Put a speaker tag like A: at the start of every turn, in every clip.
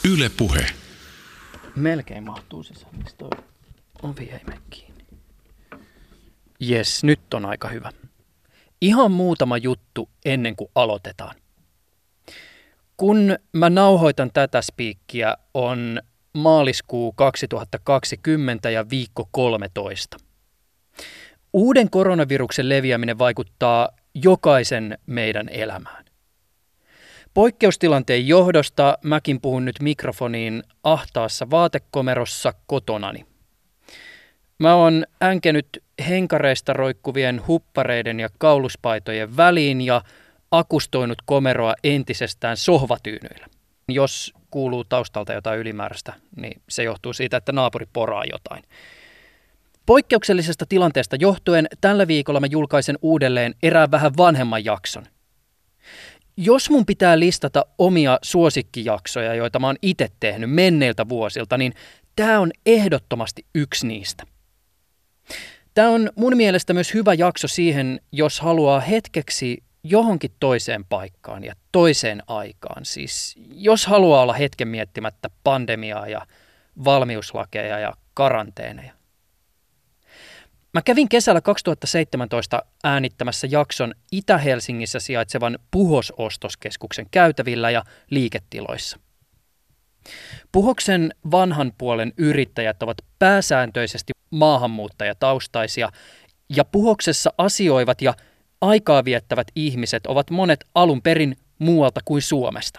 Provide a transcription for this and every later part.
A: Yle Puhe.
B: Melkein mahtuu sisään, miksi toi ovi ei mene kiinni. Jes, nyt on aika hyvä. Ihan muutama juttu ennen kuin aloitetaan. Kun mä nauhoitan tätä spiikkiä, on maaliskuu 2020 ja viikko 13. Uuden koronaviruksen leviäminen vaikuttaa jokaisen meidän elämään. Poikkeustilanteen johdosta mäkin puhun nyt mikrofoniin ahtaassa vaatekomerossa kotonani. Mä oon änkenyt henkareista roikkuvien huppareiden ja kauluspaitojen väliin ja akustoinut komeroa entisestään sohvatyynyillä. Jos kuuluu taustalta jotain ylimääräistä, niin se johtuu siitä, että naapuri poraa jotain. Poikkeuksellisesta tilanteesta johtuen tällä viikolla mä julkaisen uudelleen erään vähän vanhemman jakson. Jos mun pitää listata omia suosikkijaksoja, joita mä oon itse tehnyt menneiltä vuosilta, niin tää on ehdottomasti yksi niistä. Tää on mun mielestä myös hyvä jakso siihen, jos haluaa hetkeksi johonkin toiseen paikkaan ja toiseen aikaan. Siis jos haluaa olla hetken miettimättä pandemiaa ja valmiuslakeja ja karanteeneja. Mä kävin kesällä 2017 äänittämässä jakson Itä-Helsingissä sijaitsevan Puhos-ostoskeskuksen käytävillä ja liiketiloissa. Puhoksen vanhan puolen yrittäjät ovat pääsääntöisesti maahanmuuttajataustaisia ja Puhoksessa asioivat ja aikaa viettävät ihmiset ovat monet alun perin muualta kuin Suomesta.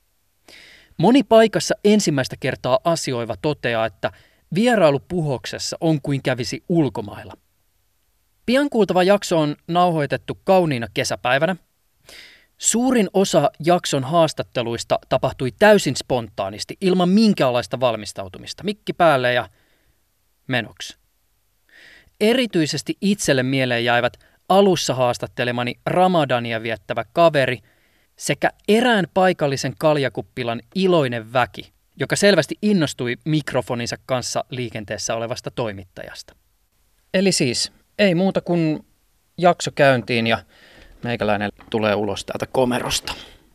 B: Moni paikassa ensimmäistä kertaa asioiva toteaa, että vierailu Puhoksessa on kuin kävisi ulkomailla. Pian kuultava jakso on nauhoitettu kauniina kesäpäivänä. Suurin osa jakson haastatteluista tapahtui täysin spontaanisti, ilman minkäänlaista valmistautumista, mikki päälle ja menoksi. Erityisesti itselle mieleen jäivät alussa haastattelemani Ramadania viettävä kaveri sekä erään paikallisen kaljakuppilan iloinen väki, joka selvästi innostui mikrofoninsa kanssa liikenteessä olevasta toimittajasta. Eli siis ei muuta kuin jakso käyntiin ja meikäläinen tulee ulos täältä komerosta.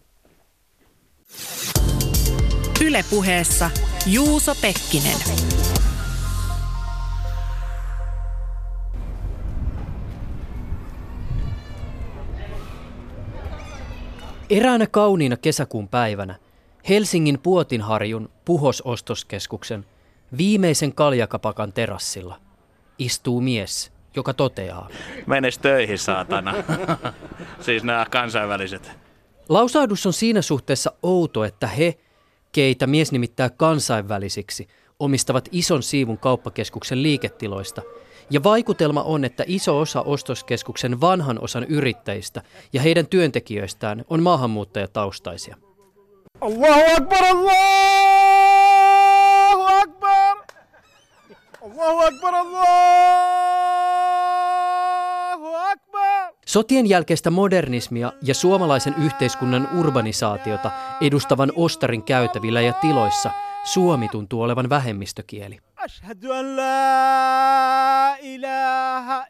C: Yle Puheessa Juuso Pekkinen.
B: Eräänä kauniina kesäkuun päivänä Helsingin Puotinharjun Puhos-ostoskeskuksen viimeisen kaljakapakan terassilla istuu mies, joka toteaa:
D: Menes töihin, saatana. Siis nämä kansainväliset.
B: Lausahdus on siinä suhteessa outo, että he, keitä mies nimittää kansainvälisiksi, omistavat ison siivun kauppakeskuksen liiketiloista, ja vaikutelma on, että iso osa ostoskeskuksen vanhan osan yrittäjistä ja heidän työntekijöistään on maahanmuuttajataustaisia.
E: Allahu Akbar, Allahu Akbar, Allahu Akbar, Allahu Akbar.
B: Sotien jälkeistä modernismia ja suomalaisen yhteiskunnan urbanisaatiota edustavan ostarin käytävillä ja tiloissa suomi tuntuu olevan vähemmistökieli.
E: Ashhadu an la ilaha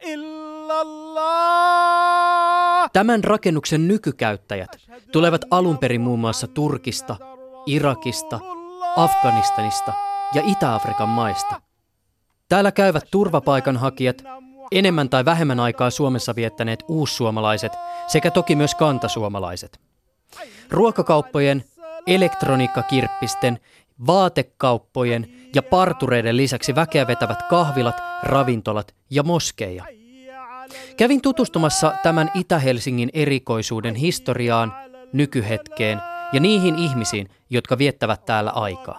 E: illallah.
B: Tämän rakennuksen nykykäyttäjät tulevat alun perin muun muassa Turkista, Irakista, Afganistanista ja Itä-Afrikan maista. Täällä käyvät turvapaikanhakijat, enemmän tai vähemmän aikaa Suomessa viettäneet uussuomalaiset sekä toki myös kantasuomalaiset. Ruokakauppojen, elektroniikkakirppisten, vaatekauppojen ja partureiden lisäksi väkeä vetävät kahvilat, ravintolat ja moskeija. Kävin tutustumassa tämän Itä-Helsingin erikoisuuden historiaan, nykyhetkeen ja niihin ihmisiin, jotka viettävät täällä aikaa.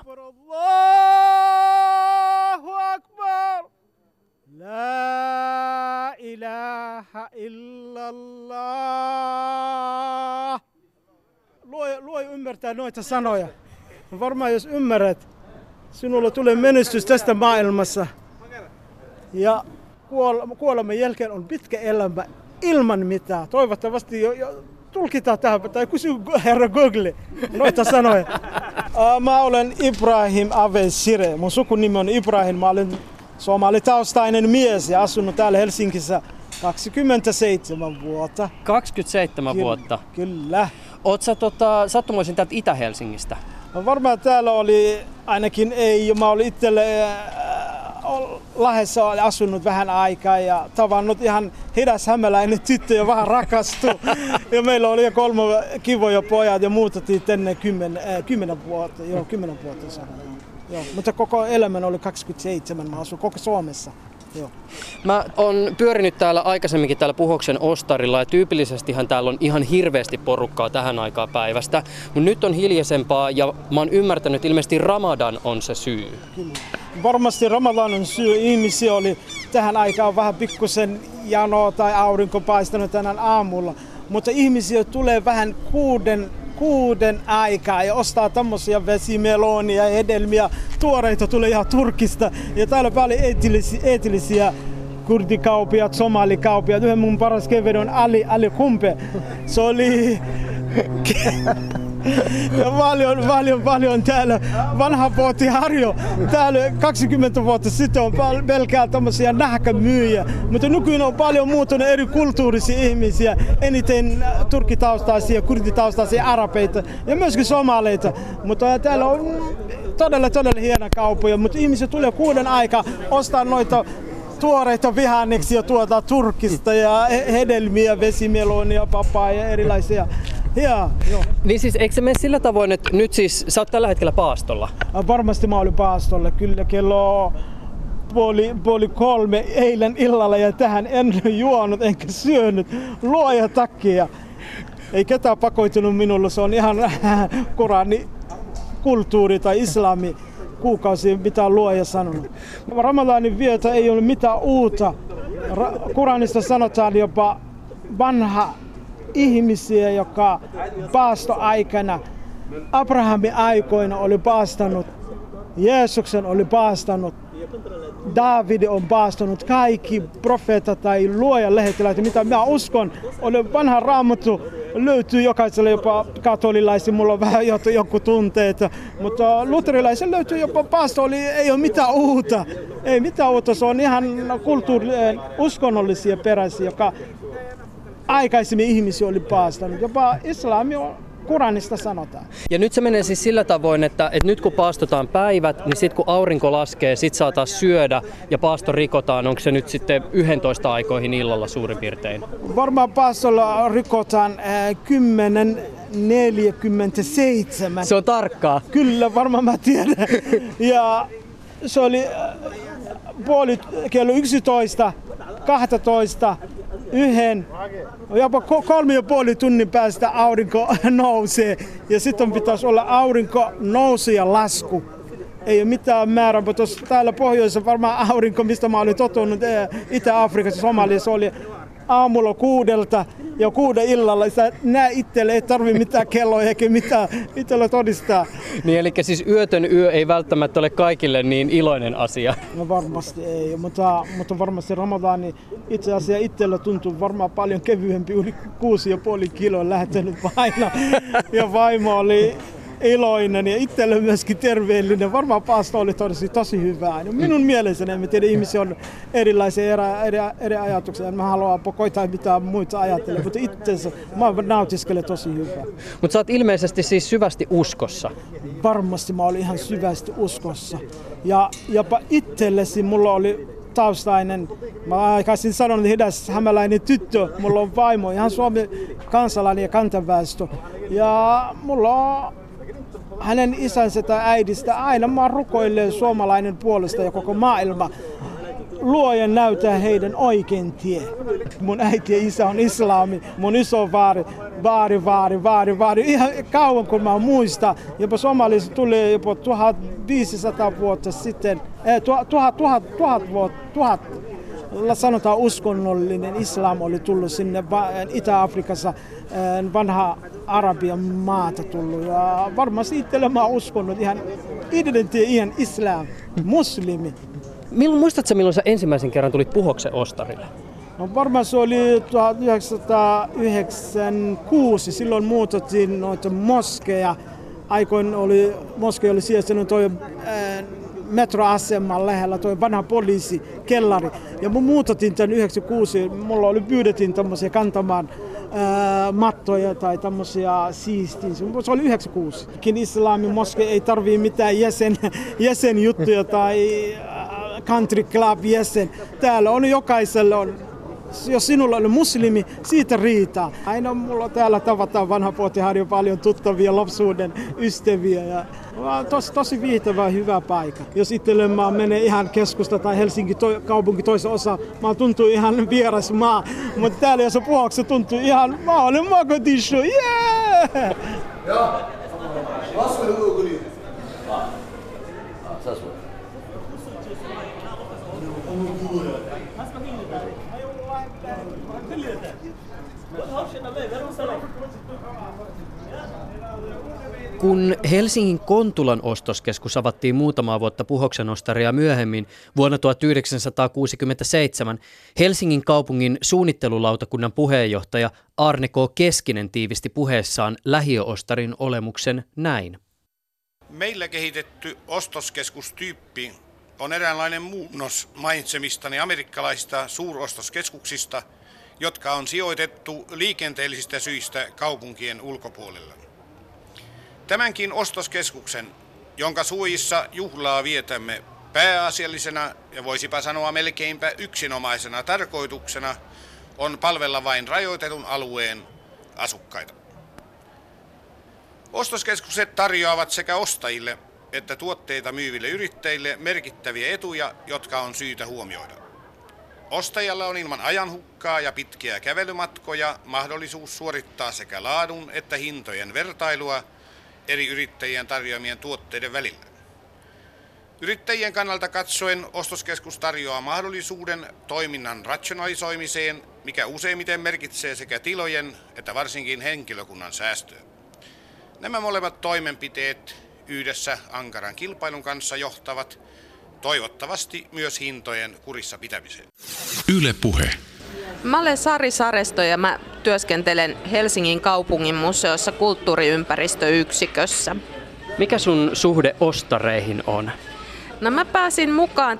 E: Allahu Akbar. La ilaha illallah. Luo ymmärtää noita sanoja. Varmaan jos ymmärrät, sinulla tulee menestys tästä maailmassa. Ja kuoleman jälkeen on pitkä elämä ilman mitään. Toivottavasti jo tulkitaan tähän, tai kysy herra Google noita sanoja. Mä olen Ibrahim Avesire. Mun sukunimi on Ibrahim. Mä olen somalitaustainen mies ja asunut täällä Helsingissä 27 vuotta.
B: 27 vuotta?
E: Kyllä.
B: Oot sä sattumoisin täältä Itä-Helsingistä?
E: Varmaan täällä oli, ainakin ei, mä olin itselle Lahdessa asunut vähän aikaa ja tavannut ihan hidashämäläinen tyttö ja vähän rakastui. Ja meillä oli 3 kivoja pojat ja muutettiin tänne 10 vuotta. Joo, 10 vuotta sanoin. Joo. Mutta koko elämän oli 27, mä asuin koko Suomessa. Joo.
B: Mä oon pyörinyt täällä aikaisemminkin täällä Puhoksen Ostarilla ja tyypillisestihan täällä on ihan hirveästi porukkaa tähän aikaan päivästä. Mutta nyt on hiljaisempaa ja mä oon ymmärtänyt, että ilmeisesti Ramadan on se syy. Kyllä.
E: Varmasti Ramadan on syy. Ihmisiä oli tähän aikaan vähän pikkusen janoa tai aurinko paistanut tänään aamulla. Mutta ihmisiä tulee vähän 6 aikaa ja ostaa tämmöisiä vesimelonia ja hedelmiä. Tuoreita tulee ihan Turkista. Ja täällä on paljon eettillisiä kurdikauppiaat, somalikauppiaat. Yhden mun paras kaveri on Ali Kumpe. Se oli... Ja paljon täällä vanha Pooti Harjo. Täällä 20 vuotta sitten on pelkää tämmöisiä nahkamyyjiä. Mutta nykyään on paljon muuttunut eri kulttuurisia ihmisiä. Eniten turkkitaustaisia, kurditaustaisia arabeita ja myöskin somaleita. Mutta täällä on todella hieno kauppoja. Mutta ihmiset tulee 6 aikaa ostaa noita tuoreita vihanneksia tuota Turkista ja hedelmiä, vesimelonia, papaya ja erilaisia. Joo.
B: Niin siis eikö se mene sillä tavoin, että nyt siis sä oot tällä hetkellä paastolla?
E: Varmasti mä olin paastolla, kyllä kello puoli 3 eilen illalla ja tähän en juonut enkä syönyt luoja takia. Ei ketään pakoitunut minulle, se on ihan Koranin kulttuuri tai islami kuukausi, mitä on luoja sanonut. Ramadanin vieto ei ole mitään uutta. Koranista sanotaan jopa vanha ihmisiä, joka paastoaikana, Abrahamin aikoina oli paastanut, Jeesuksen oli paastanut, David on paastanut, kaikki profeetat tai luojan lähettiläät, mitä minä uskon, oli vanha Raamattu, löytyy jokaiselle jopa katolilaisille, mulla on vähän joku tunteita, mutta luterilaisille löytyy jopa paastoli, ei ole mitään uutta, ei mitään uutta, se on ihan uskonnollisia peräisiä, joka aikaisemmin ihmisiä oli paastanut. Jopa islami on Koranista sanotaan.
B: Ja nyt se menee siis sillä tavoin, että nyt kun paastotaan päivät, niin sitten kun aurinko laskee, sit saa taas syödä ja paasto rikotaan. Onko se nyt sitten 11 aikoihin illalla suurin piirtein?
E: Varmaan paastolla rikotaan 10:47.
B: Se on tarkkaa.
E: Kyllä, varmaan mä tiedän. Ja se oli kello 11, 12, 1, jopa 3,5 tunnin päästä aurinko nousee. Ja sitten pitäisi olla aurinko nousu ja lasku. Ei ole mitään määrää, mutta täällä pohjoisessa varmaan aurinko, mistä mä olin totunut, Itä-Afrikassa, Somaliassa oli aamulla 6 ja 6 illalla. Sä näe itselle, ei tarvitse mitään kelloa eikä mitään itsellä todistaa.
B: Niin, eli siis yötön yö ei välttämättä ole kaikille niin iloinen asia.
E: No varmasti ei, mutta varmasti Ramadani itse asiassa itsellä tuntuu varmaan paljon kevyempi, yli 6,5 kiloa lähtenyt paino. Ja vaimo oli iloinen ja itselle myöskin terveellinen. Varmaan paasto oli tosi hyvää. No minun mielessäni, en tiedä, ihmisiä on erilaisia eri ajatuksia. En mä halua koittaa mitään muita ajatella, mutta itse mä nautiskelen tosi hyvää.
B: Mutta sä oot ilmeisesti siis syvästi uskossa.
E: Varmasti mä olin ihan syvästi uskossa. Ja jopa itsellesi mulla oli taustainen, mä aikaisin sanonut hidashämäläinen tyttö, mulla on vaimo, ihan Suomen kansalainen ja kantaväestö. Ja mulla on hänen isänsä tai äidistä aina mä rukoilen suomalainen puolesta ja koko maailma. Luoja näyttää heidän oikein tie. Mun äiti ja isä on islami, mun iso vaari. Ihan kauan kun mä muistan. Jopa Somalissa tuli jopa 1500 vuotta sitten, 1000 vuotta. Sanotaan uskonnollinen islam oli tullut sinne Itä-Afrikassa, vanha Arabian maata tullut. Ja varmasti itsellä mä oon uskonut ihan ihan islam, muslimi.
B: Muistatko milloin sä ensimmäisen kerran tulit Puhoksen Ostarille?
E: No varmaan se oli 1996, silloin muutettiin noita moskeja. Aikoin moskeja oli sijaitsenut toi metroaseman lähellä, toi vanha poliisikellari. Ja me muutettiin tämän 96, mulla pyydettiin tommosia kantamaan mattoja tai tämmöisiä siistiä. Se oli 96. Islamin moske ei tarvii mitään jäsenjuttuja tai country club jäsen. Täällä on jokaisella jos sinulla on muslimi, siitä riitaa. Aina mulla täällä tavataan Vanhapuotihaarin paljon tuttavia lapsuuden ystäviä. Ja tosi viihtyvä hyvä paikka. Jos itselle mä menen ihan keskusta tai Helsingin kaupunki toisen osa, mä tuntuu ihan vieras maa. Mutta täällä jos puhuuko, se tuntuu ihan, mä olen Mogadishu, yeah!
B: Kun Helsingin Kontulan ostoskeskus avattiin muutamaa vuotta Puhoksen ostaria myöhemmin vuonna 1967, Helsingin kaupungin suunnittelulautakunnan puheenjohtaja Arne K. Keskinen tiivisti puheessaan lähiöostarin olemuksen näin.
A: Meillä kehitetty ostoskeskustyyppi on eräänlainen muunnos mainitsemistani amerikkalaisista suurostoskeskuksista, jotka on sijoitettu liikenteellisistä syistä kaupunkien ulkopuolella. Tämänkin ostoskeskuksen, jonka suojissa juhlaa vietämme pääasiallisena ja voisipa sanoa melkeinpä yksinomaisena tarkoituksena, on palvella vain rajoitetun alueen asukkaita. Ostoskeskukset tarjoavat sekä ostajille että tuotteita myyville yrittäjille merkittäviä etuja, jotka on syytä huomioida. Ostajalla on ilman ajanhukkaa ja pitkiä kävelymatkoja mahdollisuus suorittaa sekä laadun että hintojen vertailua eri yrittäjien tarjoamien tuotteiden välillä. Yrittäjien kannalta katsoen ostoskeskus tarjoaa mahdollisuuden toiminnan rationalisoimiseen, mikä useimmiten merkitsee sekä tilojen että varsinkin henkilökunnan säästöä. Nämä molemmat toimenpiteet yhdessä ankaran kilpailun kanssa johtavat toivottavasti myös hintojen kurissa pitämiseen.
F: Yle Puhe.
G: Mä olen Sari Saresto ja mä työskentelen Helsingin kaupungin museossa kulttuuriympäristöyksikössä.
B: Mikä sun suhde ostareihin on?
G: No mä pääsin mukaan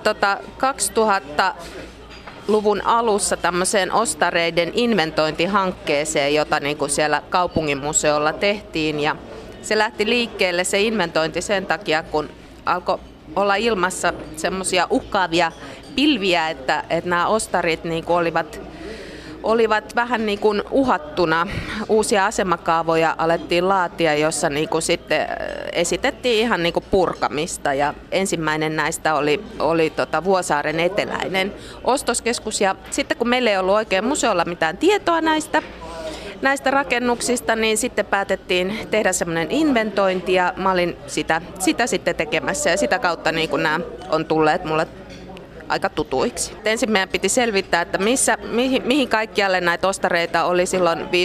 G: 2000-luvun alussa tämmöiseen ostareiden inventointihankkeeseen, jota niin kuin siellä kaupungin museolla tehtiin. Ja se lähti liikkeelle se inventointi sen takia, kun alkoi olla ilmassa semmoisia uhkaavia pilviä, että nämä ostarit niin kuin olivat vähän niin kuin uhattuna. Uusia asemakaavoja alettiin laatia, jossa niin kuin sitten esitettiin ihan niin kuin purkamista. Ja ensimmäinen näistä oli Vuosaaren eteläinen ostoskeskus. Ja sitten kun meillä ei ollut oikein museolla mitään tietoa näistä rakennuksista, niin sitten päätettiin tehdä semmoinen inventointi ja mä olin sitä sitten tekemässä ja sitä kautta niin kuin nämä on tulleet mulle aika tutuiksi. Ensin meidän piti selvittää, että mihin kaikkialle näitä ostareita oli silloin 50-, 60-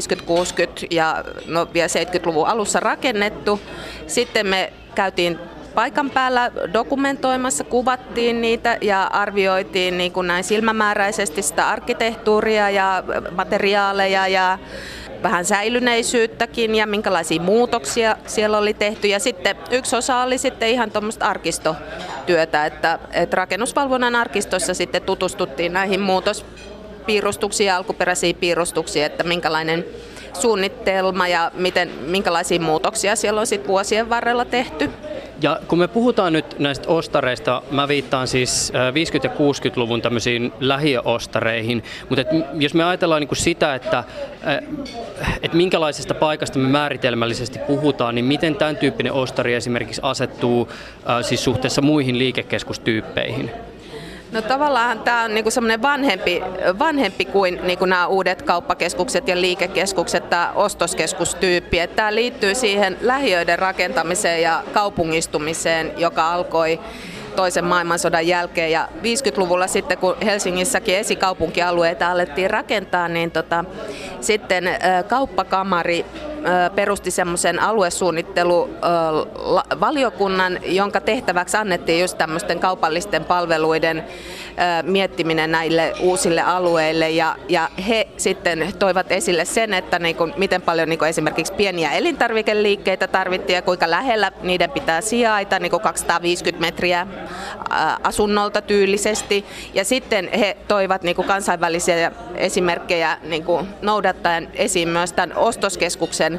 G: ja vielä 70-luvun alussa rakennettu. Sitten me käytiin paikan päällä dokumentoimassa, kuvattiin niitä ja arvioitiin niin kuin näin silmämääräisesti sitä arkkitehtuuria ja materiaaleja ja vähän säilyneisyyttäkin ja minkälaisia muutoksia siellä oli tehty. Ja sitten yksi osa oli sitten ihan tuommoista arkistotyötä, että rakennusvalvonnan arkistossa sitten tutustuttiin näihin muutospiirustuksiin ja alkuperäisiin piirustuksiin, että minkälainen suunnitelma ja minkälaisia muutoksia siellä on sitten vuosien varrella tehty.
B: Ja kun me puhutaan nyt näistä ostareista, mä viittaan siis 50- ja 60-luvun tämmöisiin lähiöostareihin, mutta jos me ajatellaan niin kuin sitä, että minkälaisesta paikasta me määritelmällisesti puhutaan, niin miten tämän tyyppinen ostari esimerkiksi asettuu siis suhteessa muihin liikekeskustyyppeihin?
G: No tavallaan tämä on niinku semmoinen vanhempi kuin niinku nämä uudet kauppakeskukset ja liikekeskukset, tämä ostoskeskustyyppi. Tämä liittyy siihen lähiöiden rakentamiseen ja kaupungistumiseen, joka alkoi toisen maailmansodan jälkeen. Ja 50-luvulla sitten, kun Helsingissäkin esikaupunkialueita alettiin rakentaa, niin sitten kauppakamari perusti semmoisen aluesuunnitteluvaliokunnan, jonka tehtäväksi annettiin just tämmöisten kaupallisten palveluiden miettiminen näille uusille alueille. Ja he sitten toivat esille sen, että miten paljon esimerkiksi pieniä elintarvikeliikkeitä tarvittiin ja kuinka lähellä niiden pitää sijaita, 250 metriä asunnolta tyylisesti. Ja sitten he toivat kansainvälisiä esimerkkejä noudattaen esiin myös tämän ostoskeskuksen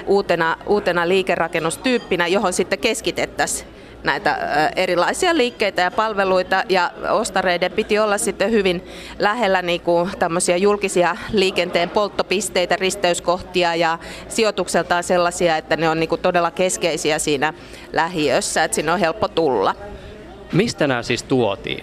G: uutena liikerakennustyyppinä, johon sitten keskitettäisiin näitä erilaisia liikkeitä ja palveluita, ja ostareiden piti olla sitten hyvin lähellä tämmöisiä julkisia liikenteen polttopisteitä, risteyskohtia ja sijoitukseltaan sellaisia, että ne on todella keskeisiä siinä lähiössä, että sinne on helppo tulla.
B: Mistä nämä siis tuotiin?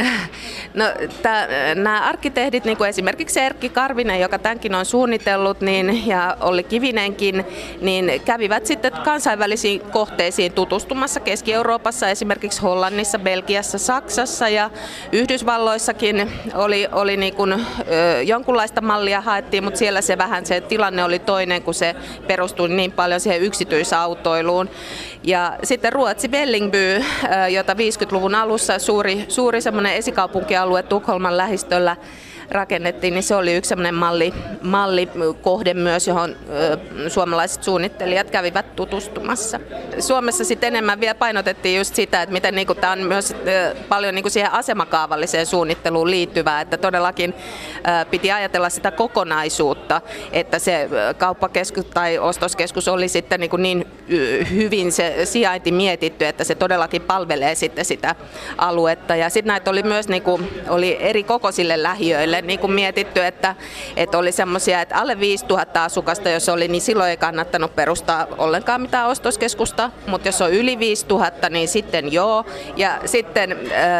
G: No, nämä arkkitehdit, niin kuin esimerkiksi Erkki Karvinen, joka tämänkin on suunnitellut, ja Olli Kivinenkin, niin kävivät sitten kansainvälisiin kohteisiin tutustumassa Keski-Euroopassa, esimerkiksi Hollannissa, Belgiassa, Saksassa ja Yhdysvalloissakin oli niin kuin, jonkunlaista mallia haettiin, mutta siellä se tilanne oli toinen, kun se perustui niin paljon siihen yksityisautoiluun. Ja sitten Ruotsi Vällingby, jota 50-luvun alussa suuri semmoinen esikaupunkialue Tukholman lähistöllä rakennettiin, niin se oli yksi semmoinen mallikohde myös, johon suomalaiset suunnittelijat kävivät tutustumassa. Suomessa sitten enemmän vielä painotettiin just sitä, että miten tämä on myös paljon siihen asemakaavalliseen suunnitteluun liittyvää, että todellakin piti ajatella sitä kokonaisuutta, että se kauppakeskus tai ostoskeskus oli sitten niin hyvin se sijainti mietitty, että se todellakin palvelee sitten sitä aluetta. Ja sitten näitä oli myös oli eri kokoisille lähiöille mietitty, että oli semmoisia, että alle 5000 asukasta, jos oli, niin silloin ei kannattanut perustaa ollenkaan mitään ostoskeskusta, mutta jos on yli 5000, niin sitten joo. Ja sitten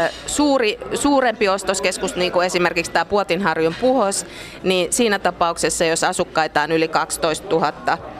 G: suurempi ostoskeskus, niin kuin esimerkiksi tämä Puotinharjun Puhos, niin siinä tapauksessa, jos asukkaita on yli 12 000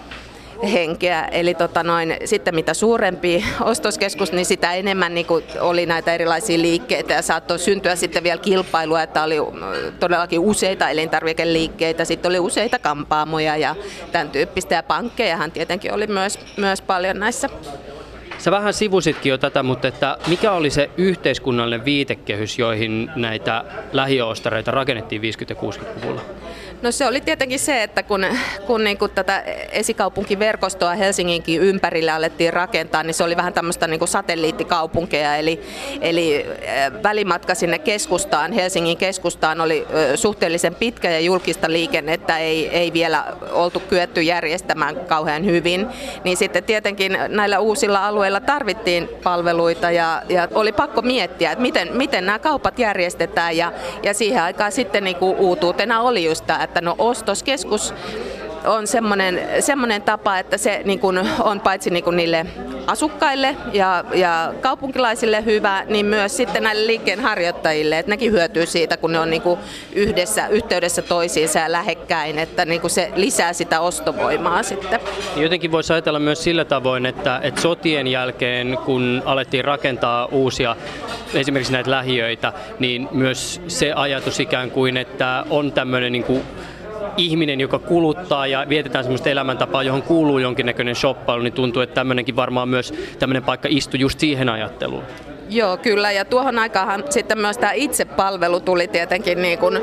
G: henkeä. Eli sitten mitä suurempi ostoskeskus, niin sitä enemmän oli näitä erilaisia liikkeitä ja saattoi syntyä sitten vielä kilpailua, että oli todellakin useita elintarvikeliikkeitä, sitten oli useita kampaamoja ja tämän tyyppistä, ja pankkejahan tietenkin oli myös paljon näissä.
B: Sä vähän sivusitkin jo tätä, mutta että mikä oli se yhteiskunnallinen viitekehys, joihin näitä lähiöostareita rakennettiin 50- ja 60-luvulla?
G: No se oli tietenkin se, että kun tätä esikaupunkiverkostoa Helsinginkin ympärille alettiin rakentaa, niin se oli vähän tämmöistä satelliittikaupunkeja, eli välimatka sinne keskustaan, Helsingin keskustaan oli suhteellisen pitkä ja julkista liikennettä ei vielä oltu kyetty järjestämään kauhean hyvin, niin sitten tietenkin näillä uusilla alueilla tarvittiin palveluita ja oli pakko miettiä, että miten nämä kaupat järjestetään, ja siihen aikaan sitten uutuutena oli just tämä, että ostoskeskus on semmoinen tapa, että se on paitsi niille asukkaille ja kaupunkilaisille hyvä, niin myös sitten näille liikkeenharjoittajille, että nekin hyötyy siitä, kun ne on yhdessä yhteydessä toisiinsa ja lähekkäin, että se lisää sitä ostovoimaa sitten.
B: Jotenkin voisi ajatella myös sillä tavoin, että sotien jälkeen, kun alettiin rakentaa uusia esimerkiksi näitä lähiöitä, niin myös se ajatus ikään kuin, että on tämmöinen ihminen, joka kuluttaa ja vietetään semmoista elämäntapaa, johon kuuluu jonkinnäköinen shoppailu, niin tuntuu, että tämmöinenkin varmaan myös tämmöinen paikka istui just siihen ajatteluun.
G: Joo, kyllä. Ja tuohon aikaan sitten myös tämä itsepalvelu tuli tietenkin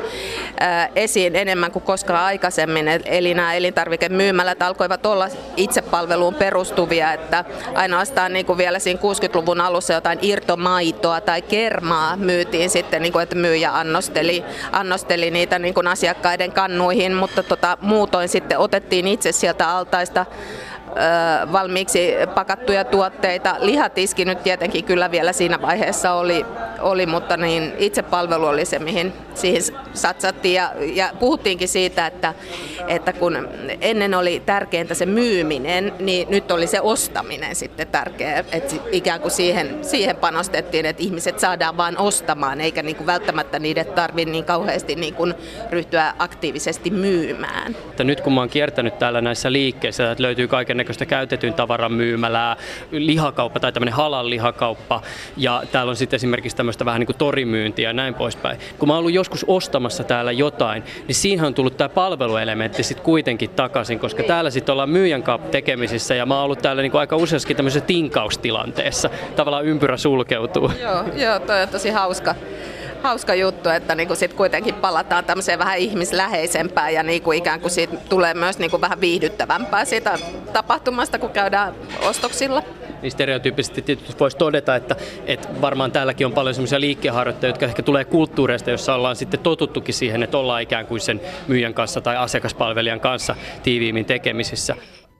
G: esiin enemmän kuin koskaan aikaisemmin. Eli nämä elintarvikemyymälät alkoivat olla itsepalveluun perustuvia, että ainoastaan vielä siinä 60-luvun alussa jotain irtomaitoa tai kermaa myytiin sitten, että myyjä annosteli niitä asiakkaiden kannuihin, mutta muutoin sitten otettiin itse sieltä altaista valmiiksi pakattuja tuotteita. Lihatiski nyt tietenkin kyllä vielä siinä vaiheessa oli, mutta itsepalvelu oli se, mihin siihen satsattiin. Ja puhuttiinkin siitä, että kun ennen oli tärkeintä se myyminen, niin nyt oli se ostaminen sitten tärkeä. Että ikään kuin siihen panostettiin, että ihmiset saadaan vaan ostamaan, eikä välttämättä niiden tarvitse niin kauheasti ryhtyä aktiivisesti myymään.
B: Nyt kun mä oon kiertänyt täällä näissä liikkeissä, että löytyy kaiken näköistä käytetyn tavaran myymälää, lihakauppa tai tämmöinen halal lihakauppa, ja täällä on sitten esimerkiksi tämmöistä vähän niin kuin torimyyntiä ja näin poispäin. Kun mä oon ollut joskus ostamassa täällä jotain, niin siinä on tullut tämä palveluelementti sitten kuitenkin takaisin, koska täällä sitten ollaan myyjän kanssa tekemisissä, ja mä oon ollut täällä niin kuin aika useassakin tämmöisessä tinkaustilanteessa. Tavallaan ympyrä sulkeutuu.
G: Joo, toi on tosi hauska juttu, että niinku sit kuitenkin palataan tämmöiseen vähän ihmisläheisempään ja niinku ikään kuin siitä tulee myös niinku vähän viihdyttävämpää siitä tapahtumasta, kun käydään ostoksilla.
B: Niin stereotyyppisesti tietysti voisi todeta, että varmaan täälläkin on paljon semmoisia liikkeenharjoittajia, jotka ehkä tulee kulttuureista, jossa ollaan sitten totuttukin siihen, että ollaan ikään kuin sen myyjän kanssa tai asiakaspalvelijan kanssa tiiviimmin tekemisissä.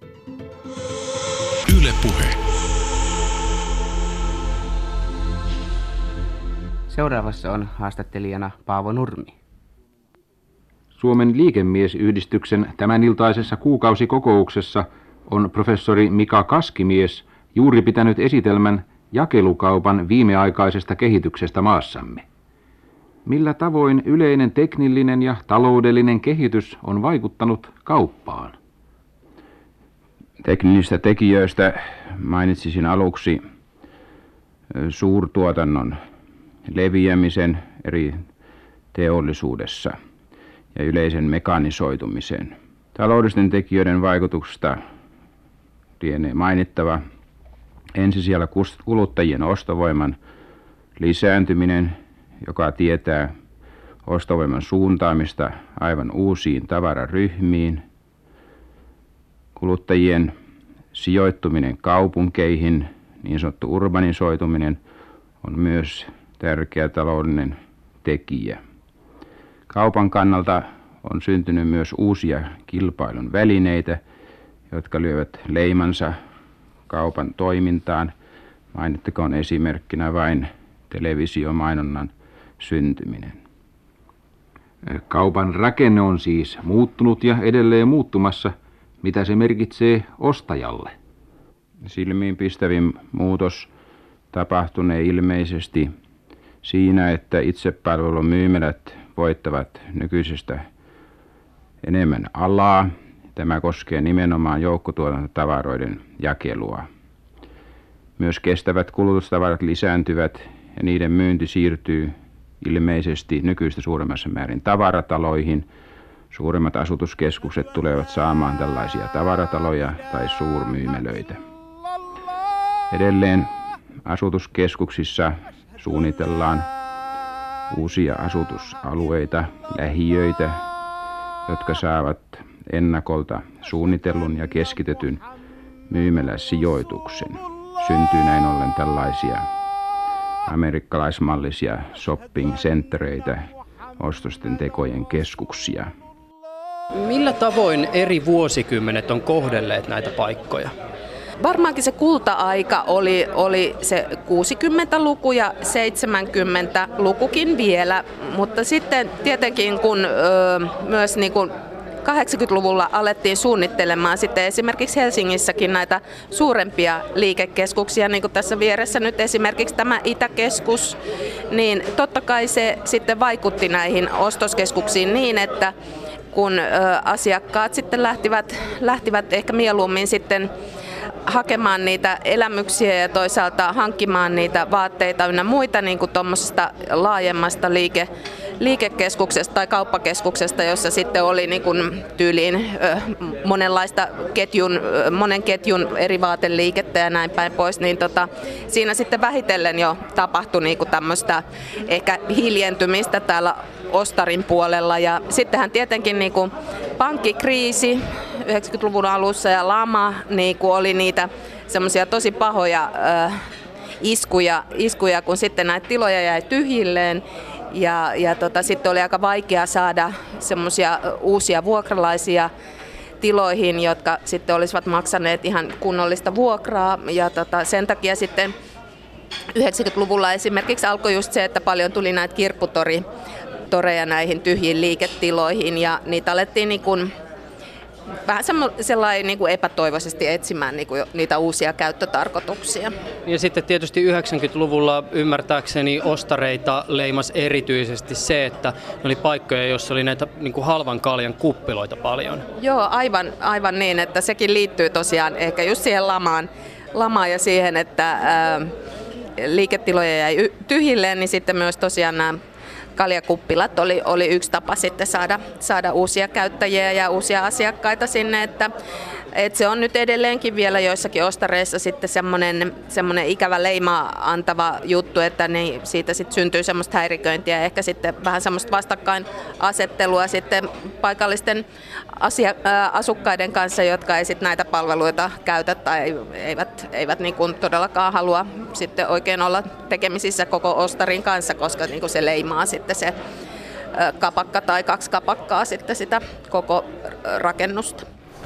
F: Yle Puhe.
H: Seuraavassa on haastattelijana Paavo Nurmi.
I: Suomen liikemiesyhdistyksen tämäniltaisessa kuukausikokouksessa on professori Mika Kaskimies juuri pitänyt esitelmän jakelukaupan viimeaikaisesta kehityksestä maassamme. Millä tavoin yleinen teknillinen ja taloudellinen kehitys on vaikuttanut kauppaan?
J: Teknisistä tekijöistä mainitsisin aluksi suurtuotannon leviämisen eri teollisuudessa ja yleisen mekanisoitumisen. Taloudellisten tekijöiden vaikutuksesta lienee mainittava ensisijalla kuluttajien ostovoiman lisääntyminen, joka tietää ostovoiman suuntaamista aivan uusiin tavararyhmiin. Kuluttajien sijoittuminen kaupunkeihin, niin sanottu urbanisoituminen, on myös tärkeä taloudellinen tekijä. Kaupan kannalta on syntynyt myös uusia kilpailun välineitä, jotka lyövät leimansa kaupan toimintaan. Mainittakoon esimerkkinä vain televisiomainonnan syntyminen.
I: Kaupan rakenne on siis muuttunut ja edelleen muuttumassa. Mitä se merkitsee ostajalle?
J: Silmiinpistävin muutos tapahtunee ilmeisesti siinä, että itsepalvelumyymälät voittavat nykyisestä enemmän alaa. Tämä koskee nimenomaan joukkotuotantotavaroiden jakelua. Myös kestävät kulutustavarat lisääntyvät ja niiden myynti siirtyy ilmeisesti nykyistä suuremmassa määrin tavarataloihin. Suuremmat asutuskeskukset tulevat saamaan tällaisia tavarataloja tai suurmyymälöitä. Edelleen asutuskeskuksissa suunnitellaan uusia asutusalueita, lähiöitä, jotka saavat ennakolta suunnitellun ja keskitetyn myymäläsijoituksen. Syntyy näin ollen tällaisia amerikkalaismallisia shopping-centereitä, ostosten tekojen keskuksia.
B: Millä tavoin eri vuosikymmenet on kohdelleet näitä paikkoja?
G: Varmaankin se kulta-aika oli se 60-luku ja 70-lukukin vielä, mutta sitten tietenkin kun myös niin kuin 80-luvulla alettiin suunnittelemaan sitten esimerkiksi Helsingissäkin näitä suurempia liikekeskuksia, niin kuin tässä vieressä nyt esimerkiksi tämä Itäkeskus, niin totta kai se sitten vaikutti näihin ostoskeskuksiin niin, että kun asiakkaat sitten lähtivät ehkä mieluummin sitten hakemaan niitä elämyksiä ja toisaalta hankkimaan niitä vaatteita ynnä muita niin kuin tuommoisesta laajemmasta liikekeskuksesta tai kauppakeskuksesta, jossa sitten oli niin kuin tyyliin monenlaista monen ketjun eri vaateliikettä ja näin päin pois, niin siinä sitten vähitellen jo tapahtui niin kuin tämmöistä ehkä hiljentymistä täällä ostarin puolella. Ja sittenhän tietenkin niin kuin pankkikriisi 90-luvun alussa ja lama niin kuin oli niitä semmoisia tosi pahoja iskuja, kun sitten näitä tiloja jäi tyhjilleen. Ja sitten oli aika vaikea saada semmoisia uusia vuokralaisia tiloihin, jotka sitten olisivat maksaneet ihan kunnollista vuokraa. Ja sen takia sitten 90-luvulla esimerkiksi alkoi just se, että paljon tuli näitä kirpputoreja näihin tyhjiin liiketiloihin ja niitä alettiin niin kuin vähän sellainen niin kuin epätoivoisesti etsimään niin kuin niitä uusia käyttötarkoituksia.
B: Ja sitten tietysti 90-luvulla ymmärtääkseni ostareita leimas erityisesti se, että ne oli paikkoja, joissa oli näitä niin kuin halvan kaljan kuppiloita paljon.
G: Joo, aivan niin, että sekin liittyy tosiaan ehkä just siihen lamaan ja siihen, että liiketiloja jäi tyhjilleen, niin sitten myös tosiaan nämä kaljakuppilat oli yksi tapa sitten saada uusia käyttäjiä ja uusia asiakkaita sinne, että se on nyt edelleenkin vielä joissakin ostareissa sitten semmoinen ikävä leima antava juttu, että niin siitä sitten syntyy semmoista häiriköintiä ja ehkä sitten vähän semmoista vastakkainasettelua sitten paikallisten asukkaiden kanssa, jotka ei sitten näitä palveluita käytä tai eivät niin kuin todellakaan halua sitten oikein olla tekemisissä koko ostarin kanssa, koska niin kuin se leimaa sitten se kapakka tai 2 kapakkaa sitten sitä koko rakennusta.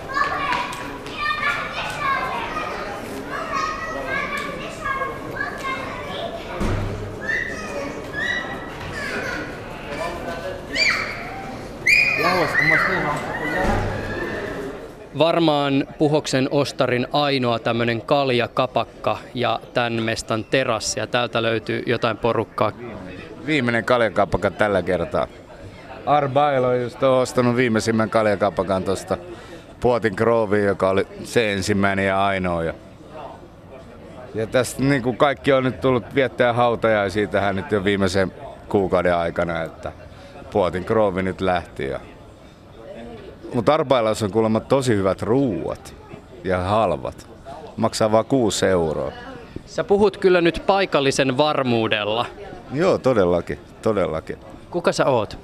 B: Varmaan Puhoksen ostarin ainoa tämmöinen kaljakapakka ja tämän mestan terassi, ja täältä löytyy jotain porukkaa.
F: Viimeinen kaljakapakka tällä kertaa. Arbailo on just ostanut viimeisimmän kaljakapakan tuosta Puotin Groviin, joka oli se ensimmäinen ja ainoa. Ja tästä niin kuin kaikki on nyt tullut viettää hautajaisia tähän nyt jo viimeisen kuukauden aikana, että Puotin Grovi nyt lähti. Mutta Arbailassa on kuulemma tosi hyvät ruuat ja halvat. Maksaa vaan 6 euroa.
B: Sä puhut kyllä nyt paikallisen varmuudella.
F: Joo, todellakin.
B: Kuka sä oot?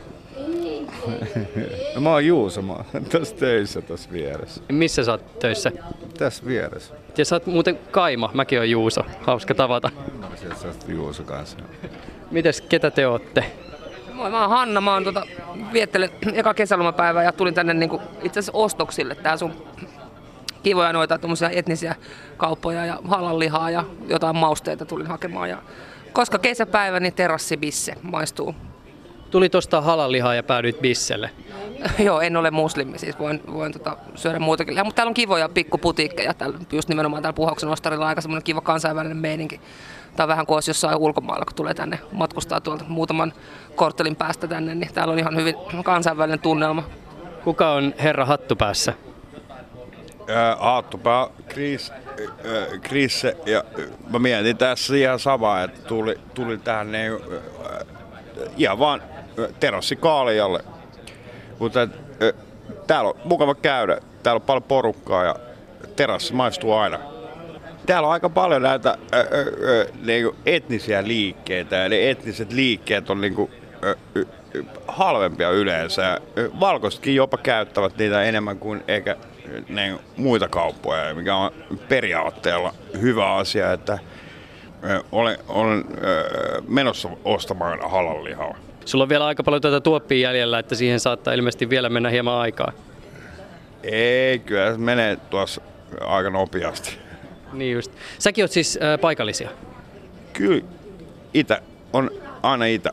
F: No, mä oon Juuso, mä oon tässä töissä tässä vieressä.
B: Missä sä oot töissä?
F: Tässä vieressä.
B: Ja sä oot muuten Kaima, mäkin oon Juuso. Hauska tavata.
F: Siellä sä oot Juuso kanssa.
B: Mites, ketä te ootte?
K: Moi, mä oon Hanna, mä oon viettelen eka kesälomapäivää ja tulin tänne niinku itse asiassa ostoksille. Tää sun kivoja noita tommosia etnisiä kauppoja ja halallihaa ja jotain mausteita tulin hakemaan. Ja koska kesäpäivä, niin terassibisse maistuu.
B: Tuli tosta halallihaa ja päädyit bisselle.
K: Joo, en ole muslimi, siis voin syödä muutakin. Mutta täällä on kivoja pikkuputiikkeja, just nimenomaan täällä Puhoksen ostarilla on aika semmoinen kiva kansainvälinen meininki. Tää on vähän kuin olisi jossain ulkomailla, kun tulee tänne matkustaa tuolta muutaman korttelin päästä tänne, niin täällä on ihan hyvin kansainvälinen tunnelma.
B: Kuka on herra Hattupäässä?
L: Hattupää Krisse, ja mä mietin tässä ihan samaa, että tuli tähän ihan vaan terassikaalijalle. Mutta täällä on mukava käydä, täällä on paljon porukkaa ja terassi maistuu aina. Täällä on aika paljon näitä etnisiä liikkeitä ja ne etniset liikkeet on halvempia yleensä. Valkoisetkin jopa käyttävät niitä enemmän kuin ehkä muita kauppoja, mikä on periaatteella hyvä asia, että olen menossa ostamaan halallihaa.
B: Sulla on vielä aika paljon tuota tuoppia jäljellä, että siihen saattaa ilmeisesti vielä mennä hieman aikaa.
L: Ei, kyllä se menee tuossa aika nopeasti.
B: Niin just. Säkin oot siis paikallisia?
L: Kyllä, Itä on aina Itä.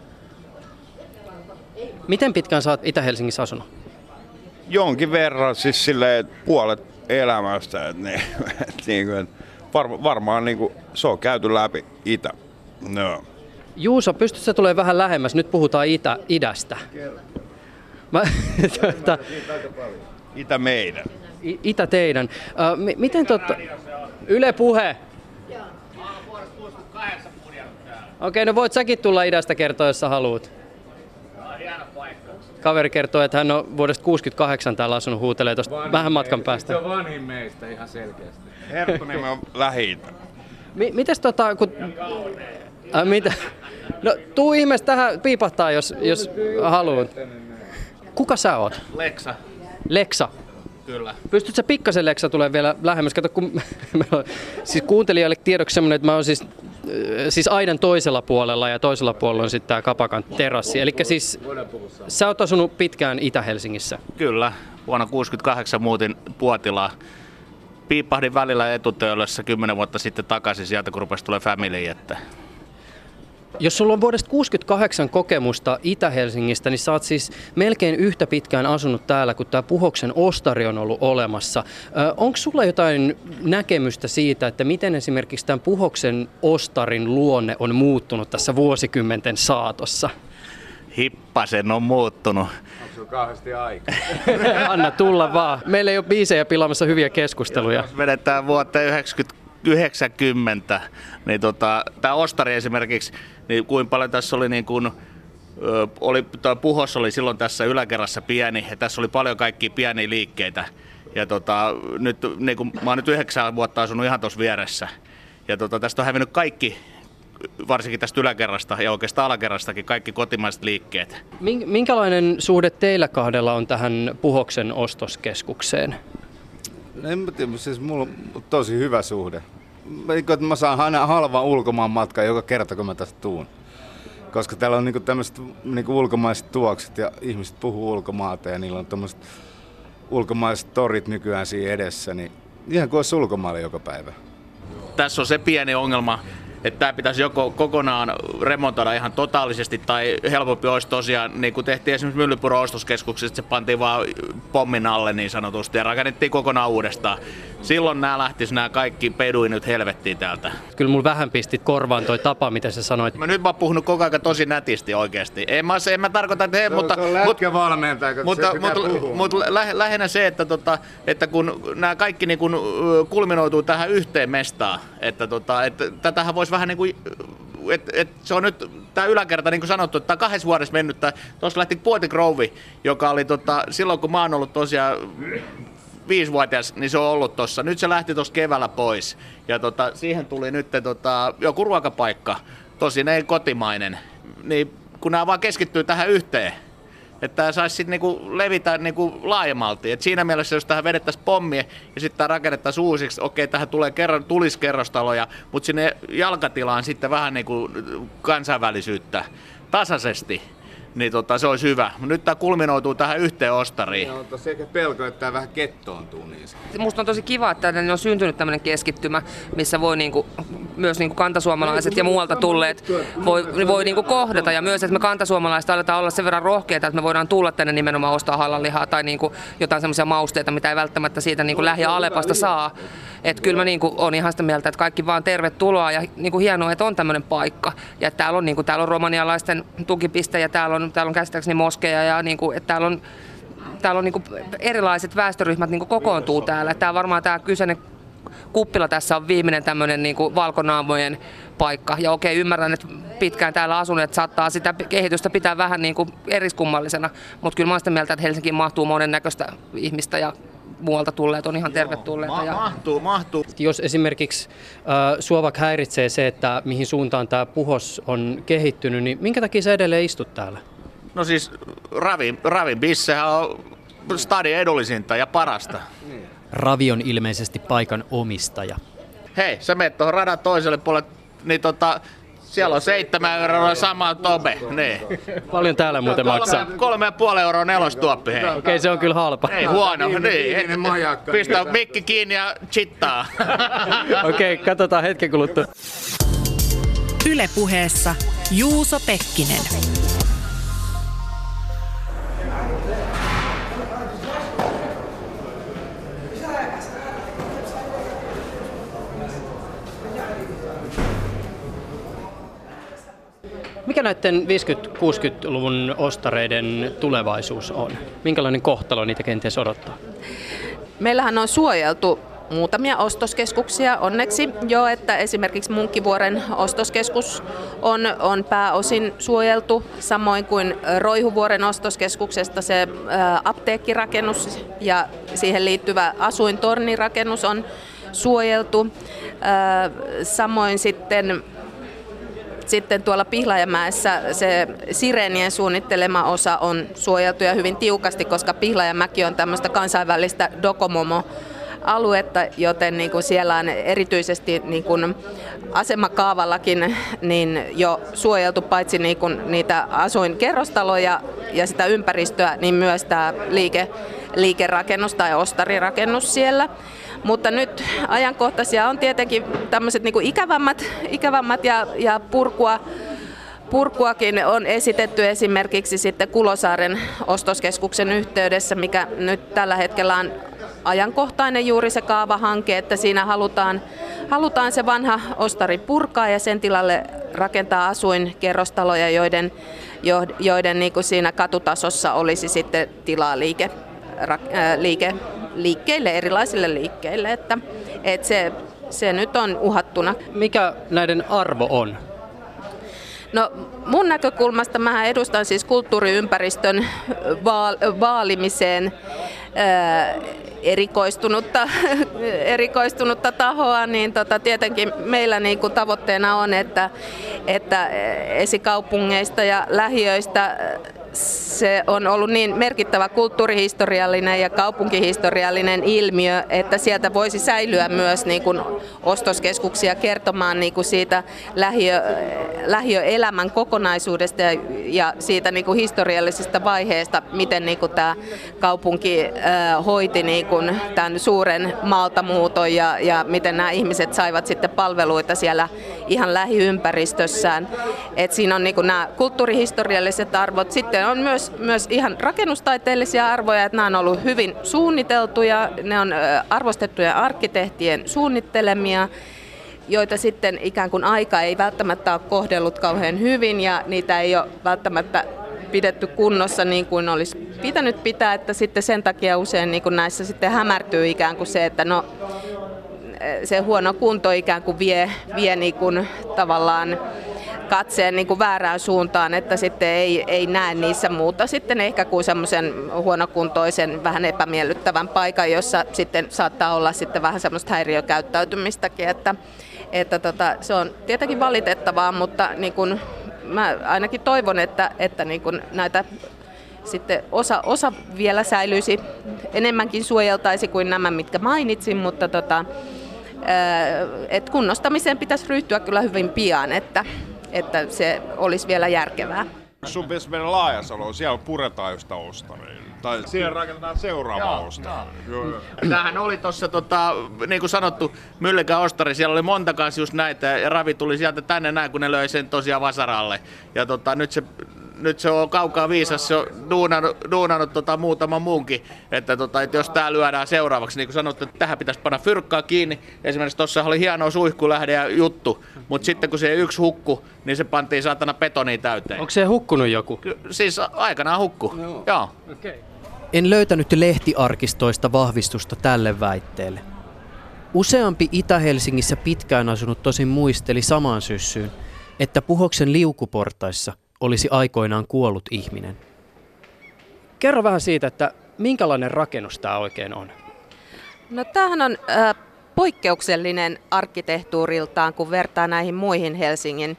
B: Miten pitkään sä oot Itä-Helsingissä asunut?
L: Jonkin verran, siis silleen puolet elämästä. Varmaan se on käyty läpi Itä. No.
B: Juuso, pystytkö sä tulemaan vähän lähemmäs? Nyt puhutaan idästä.
L: Itä meidän.
B: Itä teidän. Miten Yle Puhe. Okei, no voit säkin tulla idästä kertoa, jos sä haluut. Kaveri kertoo, että hän on vuodesta 1968 täällä asunut, huutelee tuosta vähän matkan päästä.
F: Se on vanhin meistä ihan selkeästi.
L: Herttoniemi on Lähi-Itä.
B: Mites kun... mitä? No tuu ihmeessä tähän piipahtaa, jos haluat. Kuka sä oot?
D: Leksa.
B: Leksa?
D: Kyllä.
B: Pystytkö sä pikkasen Leksa tulee vielä lähemmäs? Kato, kun siis kuuntelijoille tiedoksi semmoinen, että mä oon siis aidan toisella puolella ja toisella puolella on sitten tää kapakan terassi. Eli siis sä oot asunut pitkään Itä-Helsingissä.
D: Kyllä. Vuonna 1968 muutin Puotilaan. Piippahdin välillä Etutöölössä 10 vuotta sitten takaisin sieltä, kun rupesi tulee family. Että...
B: Jos sulla on vuodesta 1968 kokemusta Itä-Helsingistä, niin sä oot siis melkein yhtä pitkään asunut täällä, kun tämä Puhoksen ostari on ollut olemassa. Onko sulla jotain näkemystä siitä, että miten esimerkiksi tämän Puhoksen ostarin luonne on muuttunut tässä vuosikymmenten saatossa?
D: Hippasen on muuttunut.
F: Onko sulla kauheasti aikaa?
B: Anna tulla vaan. Meillä ei ole biisejä pilaamassa hyviä keskusteluja.
D: Jos vedetään vuoteen 90, niin tämä ostari esimerkiksi, niin kuinka paljon tässä oli niin kuin, Puhos oli silloin tässä yläkerrassa pieni ja tässä oli paljon kaikkia pieniä liikkeitä. Ja nyt, niin kuin, mä oon nyt 9 vuotta asunut ihan tuossa vieressä ja tästä on hävinnyt kaikki, varsinkin tästä yläkerrasta ja oikeastaan alakerrastakin kaikki kotimaiset liikkeet.
B: Minkälainen suhde teillä kahdella on tähän Puhoksen ostoskeskukseen?
F: En mä tiedä, siis mulla on tosi hyvä suhde. Mä saan aina halvan ulkomaan matkan joka kerta, kun mä tästä tuun. Koska täällä on niinku tämmöiset niinku ulkomaiset tuokset ja ihmiset puhuu ulkomaata ja niillä on tämmöiset ulkomaiset torit nykyään siinä edessä, niin ihan kuin olisi ulkomailla joka päivä.
D: Tässä on se pieni ongelma, että tämä pitäisi joko kokonaan remontoida ihan totaalisesti tai helpompi olisi tosiaan, niin kuin tehtiin esimerkiksi Myllypuron ostoskeskuksessa, se pantiin vaan pommin alle niin sanotusti ja rakennettiin kokonaan uudestaan. Silloin nämä kaikki peduinut helvettiin täältä.
B: Kyllä mulla vähän pisti korvaan toi tapa, miten sä sanoit.
D: Nyt mä oon puhunut koko ajan tosi nätisti oikeasti. En mä tarkoita, että mutta lähinnä se, että kun nämä kaikki niin kun kulminoituu tähän yhteen mestaan, että tätähän voisi vähän niin kuin, että se on nyt tämä yläkerta, niin kuin sanottu, että tämä on 2 vuodessa mennyt. Tuossa lähti Puotin Groove, joka oli silloin, kun mä oon ollut tosiaan 5-vuotias, niin se on ollut tossa. Nyt se lähti tuossa keväällä pois. Ja siihen tuli nyt joku ruokapaikka, tosin ei kotimainen. Niin kun nämä vaan keskittyy tähän yhteen, että tämä saisi sitten niinku levitä niinku laajemmalti. Et siinä mielessä, jos tähän vedettäisiin pommia ja sitten tämä rakennettaisiin uusiksi, okei, tähän tulisi kerrostaloja, mutta sinne jalkatilaan sitten vähän niinku kansainvälisyyttä tasaisesti. Niin se olisi hyvä. Nyt tämä kulminoituu tähän yhteen ostariin.
F: Joo, tosi ehkä pelko, että tämä vähän kettoontuu niin.
K: Musta on tosi kiva, että tänne on syntynyt tämmöinen keskittymä, missä voi myös kantasuomalaiset ja muualta tulleet voi kohdata. Ja myös, että me kantasuomalaiset aletaan olla sen verran rohkeita, että me voidaan tulla tänne nimenomaan ostaa halal-lihaa tai jotain semmoisia mausteita, mitä ei välttämättä siitä Lähi- ja Alepasta saa. Että kyllä mä on ihan sitä mieltä, että kaikki vaan tervetuloa ja hienoa, että on tämmöinen paikka. Ja että täällä on romanialaisten tukipiste ja täällä on käsittääkseni moskeja ja että täällä on erilaiset väestöryhmät kokoontuu täällä. Tämä varmaan tämä kyseinen kuppila tässä on viimeinen tämmöinen valkonaamojen paikka. Ja okei, ymmärrän, että pitkään täällä asuneet saattaa sitä kehitystä pitää vähän eriskummallisena. Mutta kyllä mä oon sitä mieltä, että Helsinkiin mahtuu monennäköistä ihmistä ja muualta tulleet on ihan tervetulleita.
D: Mahtuu.
B: Jos esimerkiksi sua vaikka häiritsee se, että mihin suuntaan tämä Puhos on kehittynyt, niin minkä takia sä edelleen istut täällä?
D: No siis Ravin bissehän on stadin edullisinta ja parasta.
B: Ravi on ilmeisesti paikan omistaja.
D: Hei, sä menet tuohon radan toiselle puolelle, niin siellä on 7 € sama tobe. Niin.
B: Paljon täällä muuten maksaa?
D: 3,5 € nelostuoppi.
B: Okei, se on kyllä halpa.
D: Ei huono, niin. Pistä mikki kiinni ja chittaa.
B: Okei, katsotaan hetken kuluttua.
C: Yle Puheessa Juuso Pekkinen.
B: Mikä näiden 50-60-luvun ostareiden tulevaisuus on? Minkälainen kohtalo niitä kenties odottaa?
G: Meillähän on suojeltu muutamia ostoskeskuksia onneksi jo, että esimerkiksi Munkkivuoren ostoskeskus on pääosin suojeltu, samoin kuin Roihuvuoren ostoskeskuksesta se apteekkirakennus ja siihen liittyvä asuintornirakennus on suojeltu. Samoin sitten tuolla Pihlajamäessä se Sirenien suunnittelema osa on suojeltu ja hyvin tiukasti, koska Pihlajamäki on tämmöistä kansainvälistä Docomomo-aluetta, joten siellä on erityisesti asemakaavallakin niin jo suojeltu paitsi niitä asuinkerrostaloja ja sitä ympäristöä, niin myös tämä liikerakennus tai ostarirakennus siellä. Mutta nyt ajankohtaisia on tietenkin tämmöiset ikävämmät ja Purkuakin on esitetty esimerkiksi sitten Kulosaaren ostoskeskuksen yhteydessä, mikä nyt tällä hetkellä on ajankohtainen juuri se kaavahanke, että siinä halutaan se vanha ostari purkaa ja sen tilalle rakentaa asuinkerrostaloja, joiden niin kuin siinä katutasossa olisi sitten tilaa liikkeille, erilaisille liikkeille, että se nyt on uhattuna.
B: Mikä näiden arvo on?
G: No mun näkökulmasta mä edustan siis kulttuuriympäristön vaalimiseen erikoistunutta tahoa, niin tietenkin meillä niin kuin tavoitteena on, että esikaupungeista ja lähiöistä se on ollut niin merkittävä kulttuurihistoriallinen ja kaupunkihistoriallinen ilmiö, että sieltä voisi säilyä myös niin kuin ostoskeskuksia kertomaan niin kuin siitä lähiöelämän kokonaisuudesta ja siitä niin kuin historiallisesta vaiheesta, miten niin kuin tämä kaupunki hoiti niin kuin tämän suuren maaltamuuton ja miten nämä ihmiset saivat sitten palveluita siellä ihan lähiympäristössään. Et siinä on niin kuin nämä kulttuurihistorialliset arvot. Sitten on myös ihan rakennustaiteellisia arvoja, että nämä on ollut hyvin suunniteltuja, ne on arvostettuja arkkitehtien suunnittelemia, joita sitten ikään kuin aika ei välttämättä ole kohdellut kauhean hyvin ja niitä ei ole välttämättä pidetty kunnossa niin kuin olisi pitänyt pitää, että sitten sen takia usein niin kuin näissä sitten hämärtyy ikään kuin se, että no se huono kunto ikään kuin vie niin kuin tavallaan katseen niin kuin väärään suuntaan, että sitten ei näe niissä muuta sitten ehkä kuin semmoisen huonokuntoisen, vähän epämiellyttävän paikan, jossa sitten saattaa olla sitten vähän semmoista häiriökäyttäytymistäkin, että se on tietenkin valitettavaa, mutta niin kuin mä ainakin toivon, että niin kuin näitä sitten osa vielä säilyisi, enemmänkin suojeltaisi kuin nämä, mitkä mainitsin, mutta että kunnostamiseen pitäisi ryhtyä kyllä hyvin pian, että se olisi vielä järkevää.
L: Sun pitäisi mennä Laajasaloon, siellä puretaan just ostareille. Tai siellä rakennetaan seuraava ostari.
D: Tämähän oli tuossa, niin kuin sanottu, Myllikän ostari, siellä oli monta kanssa just näitä, ja Ravi tuli sieltä tänne näin, kun ne löi sen tosiaan vasaralle. Ja nyt se on kaukaa viisas, se on duunannut muutama muunkin, että jos tää lyödään seuraavaksi, niin kuin sanottu, että tähän pitäisi panna fyrkkaa kiinni. Esimerkiksi tuossa oli hieno suihkulähde ja juttu, mutta sitten kun se yksi hukku, niin se pantiin saatana betoniin täyteen.
B: Onko se hukkunut joku?
D: Siis aikanaan hukku, joo.
B: Okay.
M: En löytänyt lehtiarkistoista vahvistusta tälle väitteelle. Useampi Itä-Helsingissä pitkään asunut tosin muisteli samaan syssyyn, että Puhoksen liukuportaissa olisi aikoinaan kuollut ihminen.
B: Kerro vähän siitä, että minkälainen rakennus tämä oikein on?
G: No tämähän on poikkeuksellinen arkkitehtuuriltaan, kun vertaa näihin muihin Helsingin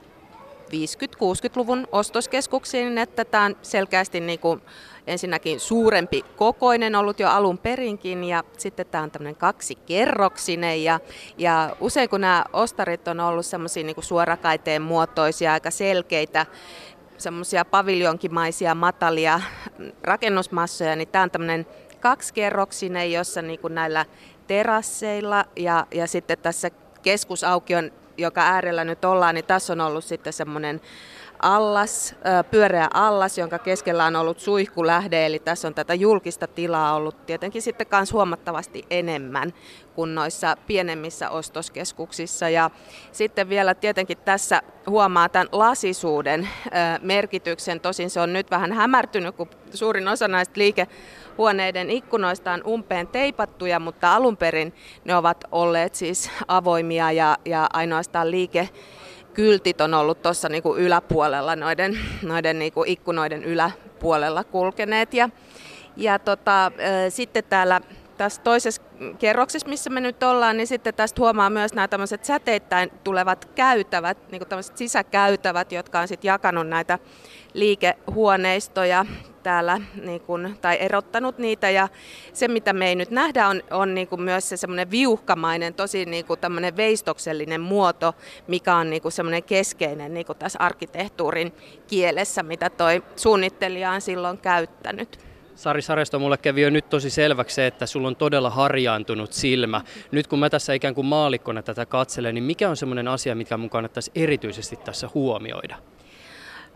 G: 50-60-luvun ostoskeskuksiin, että tämä on selkeästi niin kuin ensinnäkin suurempi kokoinen ollut jo alun perinkin ja sitten tämä on tämmöinen kaksikerroksinen ja usein kun nämä ostarit on ollut semmoisia niin kuin suorakaiteen muotoisia, aika selkeitä, semmoisia paviljonkimaisia matalia rakennusmassoja, niin tämä on tämmöinen kaksikerroksinen, jossa niin kuin näillä terasseilla ja sitten tässä keskusaukion, joka äärellä nyt ollaan, niin tässä on ollut sitten semmoinen allas, pyöreä allas, jonka keskellä on ollut suihkulähde, eli tässä on tätä julkista tilaa ollut tietenkin sitten myös huomattavasti enemmän kuin noissa pienemmissä ostoskeskuksissa. Ja sitten vielä tietenkin tässä huomaa tämän lasisuuden merkityksen, tosin se on nyt vähän hämärtynyt, kun suurin osa näistä liikehuoneiden ikkunoista on umpeen teipattuja, mutta alun perin ne ovat olleet siis avoimia ja ainoastaan kyltit on ollut tuossa niinku yläpuolella, noiden niinku ikkunoiden yläpuolella kulkeneet. Sitten täällä tässä toisessa kerroksessa, missä me nyt ollaan, niin sitten tästä huomaa myös nämä tämmöiset säteittäin tulevat käytävät, niin kuin tämmöiset sisäkäytävät, jotka on sitten jakanut näitä liikehuoneistoja täällä, niin kuin, tai erottanut niitä. Ja se, mitä me ei nyt nähdä, on niin kuin myös se semmoinen viuhkamainen, tosi niin kuin tämmöinen veistoksellinen muoto, mikä on niin kuin semmoinen keskeinen niin kuin tässä arkkitehtuurin kielessä, mitä toi suunnittelija on silloin käyttänyt.
B: Sari Saresto, mulle kävi jo nyt tosi selväksi se, että sulla on todella harjaantunut silmä. Nyt kun mä tässä ikään kuin maallikkona tätä katselen, niin mikä on semmoinen asia, mikä mun kannattaisi erityisesti tässä huomioida?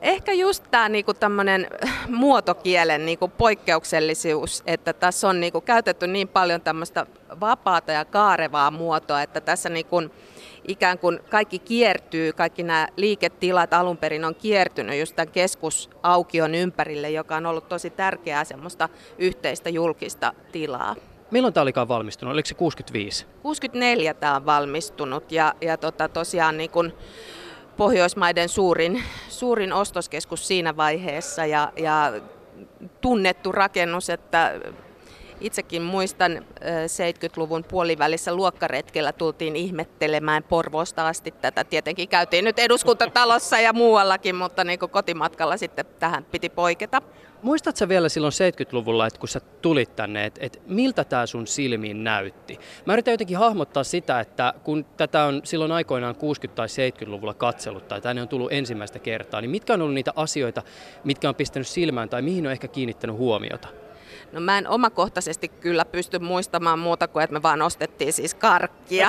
G: Ehkä just tämä niinku tämmöinen muotokielen niinku poikkeuksellisuus, että tässä on niinku käytetty niin paljon tämmöistä vapaata ja kaarevaa muotoa, että tässä niinku ikään kuin kaikki kiertyy, kaikki nämä liiketilat alun perin on kiertynyt just tämän keskusaukion ympärille, joka on ollut tosi tärkeää semmoista yhteistä julkista tilaa.
B: Milloin tämä olikaan valmistunut? Oliko se 65?
G: 64 tämä on valmistunut ja tosiaan niin kuin Pohjoismaiden suurin ostoskeskus siinä vaiheessa ja tunnettu rakennus, että itsekin muistan 70-luvun puolivälissä luokkaretkellä tultiin ihmettelemään Porvoosta asti tätä. Tietenkin käytiin nyt Eduskuntatalossa ja muuallakin, mutta niin kuin kotimatkalla sitten tähän piti poiketa.
B: Muistatko sä vielä silloin 70-luvulla, että kun sä tulit tänne, että miltä tämä sun silmiin näytti? Mä yritän jotenkin hahmottaa sitä, että kun tätä on silloin aikoinaan 60- tai 70-luvulla katsellut tai tänne on tullut ensimmäistä kertaa, niin mitkä on ollut niitä asioita, mitkä on pistänyt silmään tai mihin on ehkä kiinnittänyt huomiota?
G: No mä en omakohtaisesti kyllä pysty muistamaan muuta kuin, että me vaan ostettiin siis karkkia.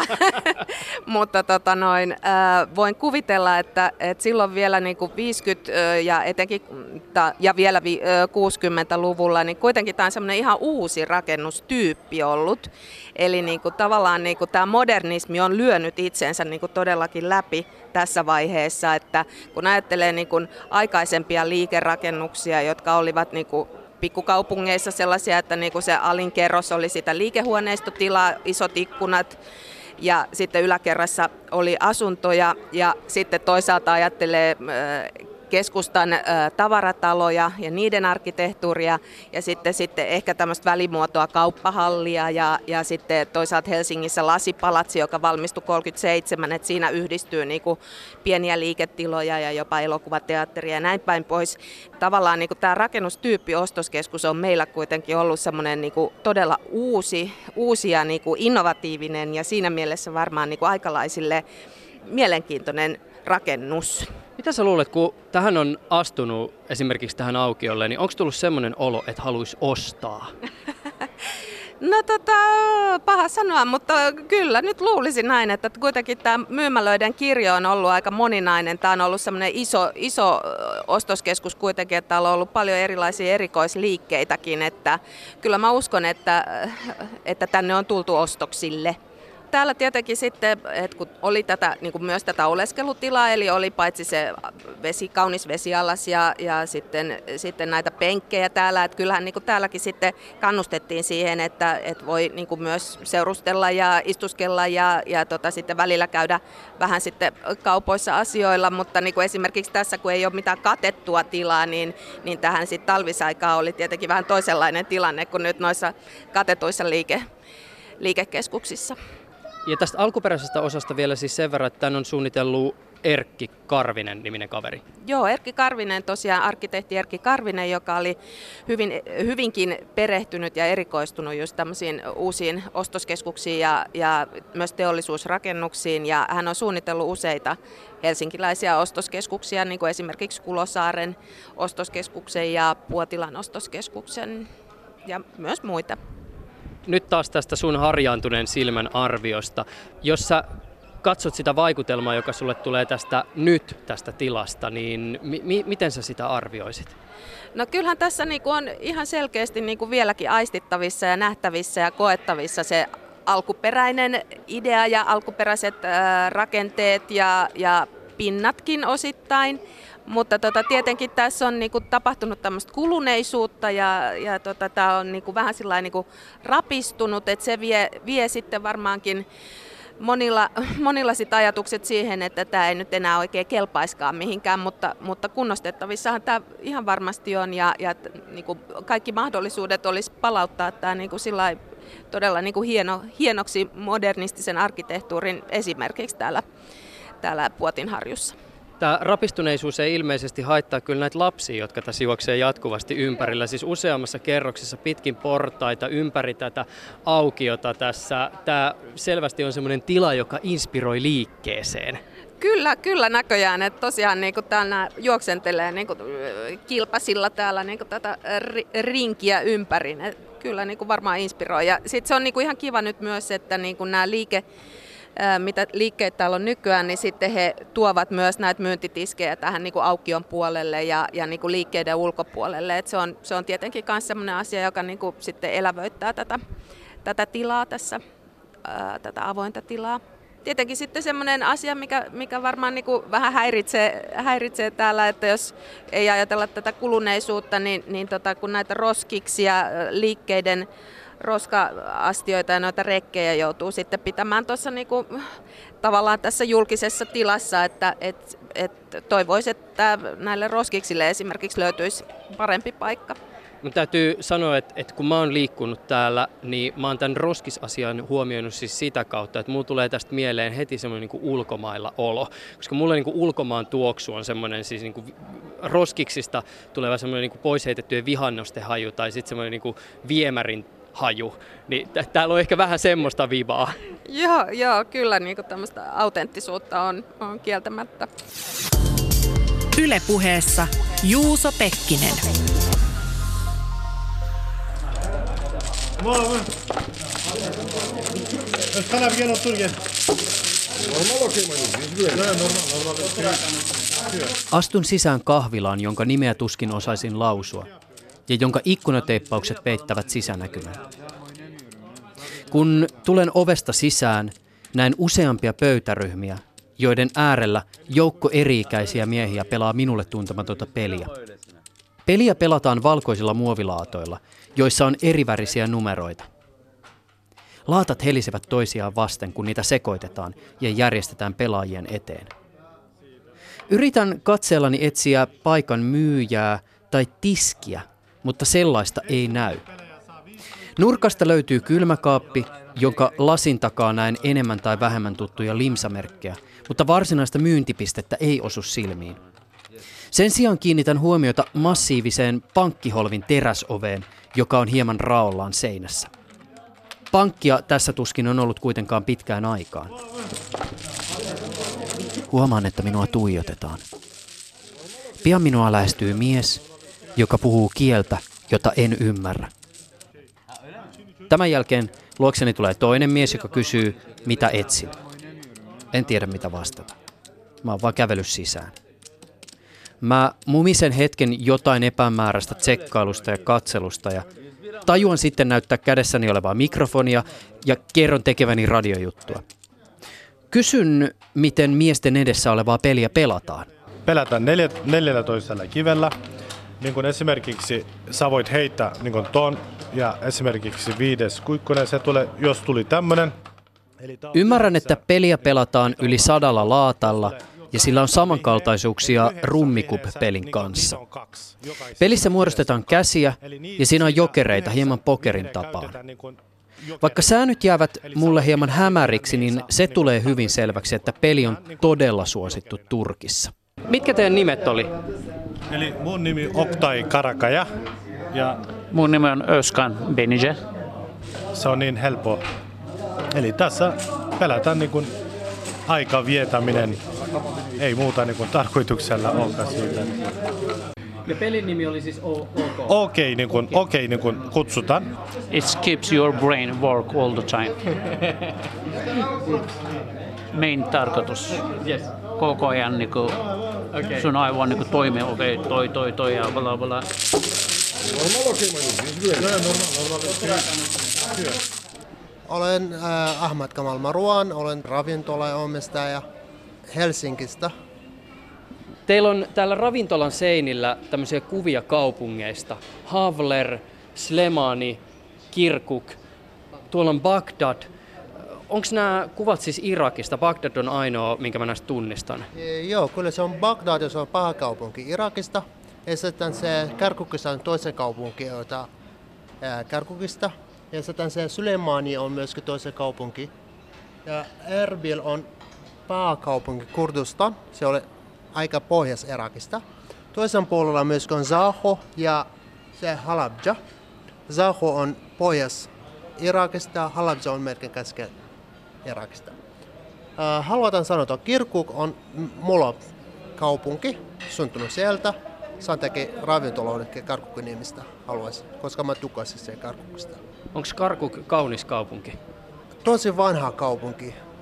G: Mutta voin kuvitella, että silloin vielä niin kuin 50 ja etenkin ja vielä 60-luvulla, niin kuitenkin tämä on semmoinen ihan uusi rakennustyyppi ollut. Eli niin kuin tavallaan niin kuin tämä modernismi on lyönyt itsensä niin kuin todellakin läpi tässä vaiheessa, että kun ajattelee niin kuin aikaisempia liikerakennuksia, jotka olivat niin kuin pikkukaupungeissa sellaisia, että niinku se alinkerros oli sitä liikehuoneistotilaa, isot ikkunat ja sitten yläkerrassa oli asuntoja ja sitten toisaalta ajattelee keskustan tavarataloja ja niiden arkkitehtuuria ja sitten ehkä tämmöistä välimuotoa kauppahallia ja sitten toisaalta Helsingissä Lasipalatsi, joka valmistui 37, että siinä yhdistyy niinku pieniä liiketiloja ja jopa elokuvateatteria ja näin päin pois. Tavallaan niinku tämä rakennustyyppi ostoskeskus on meillä kuitenkin ollut semmoinen niinku todella uusi ja niinku innovatiivinen ja siinä mielessä varmaan niinku aikalaisille mielenkiintoinen rakennus.
B: Mitä sä luulet, kun tähän on astunut esimerkiksi tähän aukiolle, niin onko tullut semmoinen olo, että haluaisi ostaa?
G: No paha sanoa, mutta kyllä nyt luulisin näin, että kuitenkin tämä myymälöiden kirjo on ollut aika moninainen. Tämä on ollut semmoinen iso ostoskeskus kuitenkin, että täällä on ollut paljon erilaisia erikoisliikkeitäkin, että kyllä mä uskon, että tänne on tultu ostoksille. Täällä tietenkin sitten, että kun oli niin kuin myös tätä oleskelutilaa, eli oli paitsi se kaunis vesialas ja sitten näitä penkkejä täällä, että kyllähän niin kuin täälläkin sitten kannustettiin siihen, että voi niin kuin myös seurustella ja istuskella ja sitten välillä käydä vähän sitten kaupoissa asioilla, mutta niin kuin esimerkiksi tässä, kun ei ole mitään katettua tilaa, niin tähän sitten talvisaikaan oli tietenkin vähän toisenlainen tilanne kuin nyt noissa katetuissa liikekeskuksissa.
B: Ja tästä alkuperäisestä osasta vielä siis sen verran, että tämän on suunnitellut Erkki Karvinen niminen kaveri.
G: Joo, Erkki Karvinen, tosiaan arkkitehti Erkki Karvinen, joka oli hyvinkin perehtynyt ja erikoistunut just tämmöisiin uusiin ostoskeskuksiin ja myös teollisuusrakennuksiin. Ja hän on suunnitellut useita helsinkiläisiä ostoskeskuksia, niin kuin esimerkiksi Kulosaaren ostoskeskuksen ja Puotilan ostoskeskuksen ja myös muita.
B: Nyt taas tästä sun harjaantuneen silmän arviosta. Jos sä katsot sitä vaikutelmaa, joka sulle tulee tästä tilasta, niin miten sä sitä arvioisit?
G: No kyllähän tässä niinku on ihan selkeästi niinku vieläkin aistittavissa ja nähtävissä ja koettavissa se alkuperäinen idea ja alkuperäiset rakenteet ja pinnatkin osittain. Mutta tietenkin tässä on niinku tapahtunut tämmöistä kuluneisuutta ja tämä on niinku vähän sillain niinku rapistunut, että se vie sitten varmaankin monilla sit ajatukset siihen, että tämä ei nyt enää oikein kelpaiskaan mihinkään, mutta kunnostettavissahan tämä ihan varmasti on ja niinku kaikki mahdollisuudet olisi palauttaa tämä niinku sillain todella niinku hienoksi modernistisen arkkitehtuurin esimerkiksi täällä Puotinharjussa.
B: Tämä rapistuneisuus ei ilmeisesti haittaa kyllä näitä lapsia, jotka tässä juoksee jatkuvasti ympärillä. Siis useammassa kerroksessa pitkin portaita ympäri tätä aukiota tässä. Tämä selvästi on semmoinen tila, joka inspiroi liikkeeseen.
G: Kyllä näköjään, että tosiaan niin täällä juoksentelee niin kilpasilla täällä niin tätä rinkiä ympäri. Kyllä niin varmaan inspiroi. Ja sitten se on niin ihan kiva nyt myös, että niin nämä mitä liikkeitä täällä on nykyään, niin sitten he tuovat myös näitä myyntitiskejä tähän niin kuin aukion puolelle ja niin kuin liikkeiden ulkopuolelle. Et se on tietenkin myös sellainen asia, joka niin kuin sitten elävöittää tätä tilaa tässä, tätä avointa tilaa. Tietenkin sitten semmoinen asia, mikä varmaan niin kuin vähän häiritsee täällä, että jos ei ajatella tätä kuluneisuutta, niin kun näitä roskiksia, liikkeiden roska-astioita ja noita rekkejä joutuu sitten pitämään tuossa niin kuin, tavallaan tässä julkisessa tilassa, että toivoisi, että näille roskiksille esimerkiksi löytyisi parempi paikka.
B: Mun täytyy sanoa, että kun mä oon liikkunut täällä, niin mä oon tämän roskisasian huomioinut siis sitä kautta, että mulla tulee tästä mieleen heti semmoinen niin kuin ulkomailla olo. Koska mulle niin kuin ulkomaan tuoksu on semmoinen siis niin kuin roskiksista tuleva semmoinen niin kuin pois heitettyjen vihannosten haju tai sitten semmoinen niin kuin viemärin haju. Niin täällä on ehkä vähän semmoista vibaa.
G: Joo, kyllä niin kuin tämmöistä autenttisuutta on kieltämättä.
C: Yle Puheessa Juuso Pekkinen.
M: Astun sisään kahvilaan, jonka nimeä tuskin osaisin lausua, ja jonka ikkunateippaukset peittävät sisänäkymän. Kun tulen ovesta sisään, näen useampia pöytäryhmiä, joiden äärellä joukko eri-ikäisiä miehiä pelaa minulle tuntematonta peliä. Peliä pelataan valkoisilla muovilaatoilla, joissa on erivärisiä numeroita. Laatat helisevät toisiaan vasten, kun niitä sekoitetaan ja järjestetään pelaajien eteen. Yritän katseellani etsiä paikan myyjää tai tiskiä, mutta sellaista ei näy. Nurkasta löytyy kylmäkaappi, jonka lasin takaa näen enemmän tai vähemmän tuttuja limsamerkkejä, mutta varsinaista myyntipistettä ei osu silmiin. Sen sijaan kiinnitän huomiota massiiviseen pankkiholvin teräsoveen, joka on hieman raollaan seinässä. Pankkia tässä tuskin on ollut kuitenkaan pitkään aikaan. Huomaan, että minua tuijotetaan. Pian minua lähestyy mies, joka puhuu kieltä, jota en ymmärrä. Tämän jälkeen luokseni tulee toinen mies, joka kysyy, mitä etsin. En tiedä, mitä vastata. Mä oon vaan kävellyt sisään. Mä mumisen hetken jotain epämääräistä tsekkailusta ja katselusta ja tajuan sitten näyttää kädessäni olevaa mikrofonia ja kerron tekeväni radiojuttua. Kysyn, miten miesten edessä olevaa peliä pelataan.
N: Pelataan 14 kivellä. Niin kuin esimerkiksi sä voit heittää niin kuin ton ja esimerkiksi 5 kuikkunen, se tulee, jos tuli tämmönen.
M: Ymmärrän, että peliä pelataan yli 100 laatalla ja sillä on samankaltaisuuksia Rummikub-pelin kanssa. Pelissä muodostetaan käsiä ja siinä on jokereita hieman pokerin tapaan. Vaikka säännöt jäävät mulle hieman hämäriksi, niin se tulee hyvin selväksi, että peli on todella suosittu Turkissa.
B: Mitkä teidän nimet oli?
N: Eli mun nimi Oktay Karakaja. Ja
O: mun nimi on Özkan Benice.
N: Se on niin helppo. Eli tässä pelataan niin kuin aika vietäminen. Ei muuta niin kuin tarkoituksella olekaan siitä.
B: Ja pelin nimi oli siis OK?
N: Okei, niin kuin kutsutaan.
O: It keeps your brain work all the time. Main tarkoitus.
B: Yes.
O: Koko ajan niin kuin, sun aivan niin kuin toimii, toi ja bla bla.
P: Olen Ahmad Kamal Marwan, olen ravintola-omistaja Helsingistä.
B: Teillä on täällä ravintolan seinillä tämmöisiä kuvia kaupungeista. Havler, Slemani, Kirkuk, tuolla on Bagdad. Onko nämä kuvat siis Irakista? Bagdad on ainoa, minkä mä näistä tunnistan.
P: Joo, kyllä se on Bagdad, se on paha kaupunki Irakista. Ja sitten se Kirkukissa on toisen kaupunki Kirkukista. Ja sitten se Sulemani on myöskin toisen kaupunki. Ja Erbil on pääkaupunki Kurdistan. Se oli aika Pohjois-Irakista. Toisen puolella on myös Zaho ja se Halabja. Zaho on Pohjois-Irakista, Halabja on melkein kesken Irakista. Haluan sanoa, että Kirkuk on mulla kaupunki, syntynyt sieltä. Sen takia ravintoloillekin Kirkukin nimistä haluaisin, koska mä tukasin sen Kirkukista.
B: Onko Kirkuk kaunis kaupunki?
P: Tosi vanha kaupunki.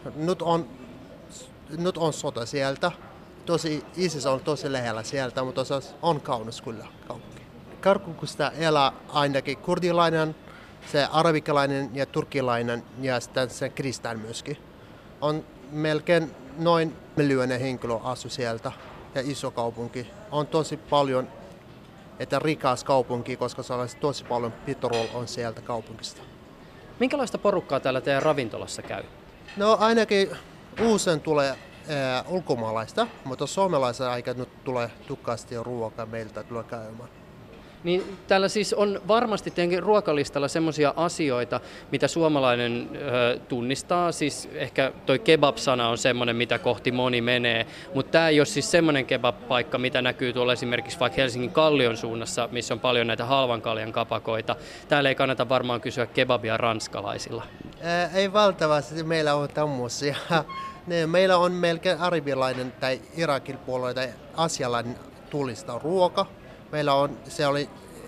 P: nyt on sota sieltä. ISIS on tosi lähellä sieltä, mutta se on kaunis kyllä kaupunki. Kirkukissa elää ainakin kurdilainen, se arabikilainen ja turkilainen ja sitten se kristään myöskin. On melkein noin 1 miljoonaa henkilöä asu sieltä ja iso kaupunki. On tosi paljon, että rikas kaupunki, koska se on tosi paljon petrol on sieltä kaupungista.
M: Minkälaista porukkaa täällä teidän ravintolassa käy?
P: No ainakin usein tulee ulkomaalaista, mutta suomalaisia aika nyt tulee tukkaasti ruokaa meiltä tulee käymään.
M: Niin täällä siis on varmasti teidän ruokalistalla semmoisia asioita, mitä suomalainen tunnistaa. Siis ehkä toi kebab-sana on semmoinen, mitä kohti moni menee, mutta tämä ei ole siis semmoinen kebab-paikka, mitä näkyy tuolla esimerkiksi vaikka Helsingin Kallion suunnassa, missä on paljon näitä halvan kaljan kapakoita. Täällä ei kannata varmaan kysyä kebabia ranskalaisilla.
P: Ei välttämättä, meillä on tämmöisiä. Meillä on melkein arabilainen tai Irakin puolella tai asialainen tulista ruoka. Meillä on, se oli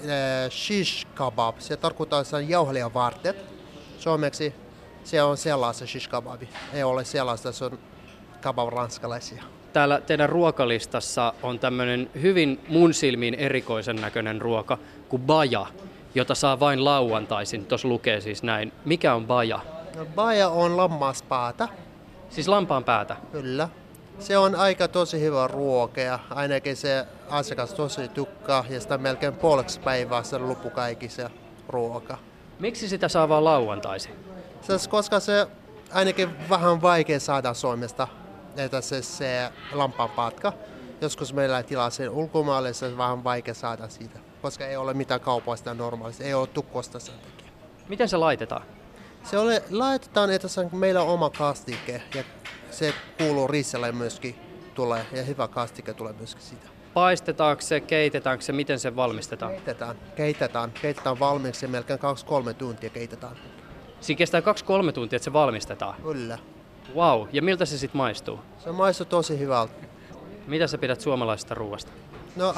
P: shish kebab, se tarkoittaa sen jauhelijavartet. Suomeksi se on sellaista shish kebabi, ei ole sellaista, se on kebab ranskalaisia.
M: Täällä teidän ruokalistassa on tämmöinen hyvin mun silmiin erikoisen näköinen ruoka kuin baja, jota saa vain lauantaisin. Tuossa lukee siis näin. Mikä on baja?
P: No, baja on lammaspäätä.
M: Siis lampaan päätä?
P: Kyllä. Se on aika tosi hyvä ruoka ja ainakin se asiakas tosi tykkää ja sitä melkein puoleksi päivää se loppu kaikki se ruoka.
M: Miksi sitä saa vaan lauantaisin?
P: Koska se ainakin vähän vaikea saada Suomesta, että se lampaanpatka. Joskus meillä tilaa sen ulkomaille, se on vähän vaikea saada siitä, koska ei ole mitään kaupoista normaalista, ei ole tukkosta sen takia.
M: Miten se laitetaan?
P: Se laitetaan, että meillä on oma kastike ja se kuuluu riiselle myöskin tulee ja hyvä kastike tulee myöskin siitä.
M: Paistetaanko se, keitetäänkö se, miten se valmistetaan?
P: Keitetään valmiiksi, melkein 2-3 tuntia keitetään.
M: Siinä kestää 2-3 tuntia, että se valmistetaan?
P: Kyllä.
M: Wow, ja miltä se sitten maistuu?
P: Se maistuu tosi hyvältä.
M: Mitä sä pidät suomalaisesta ruoasta?
P: No,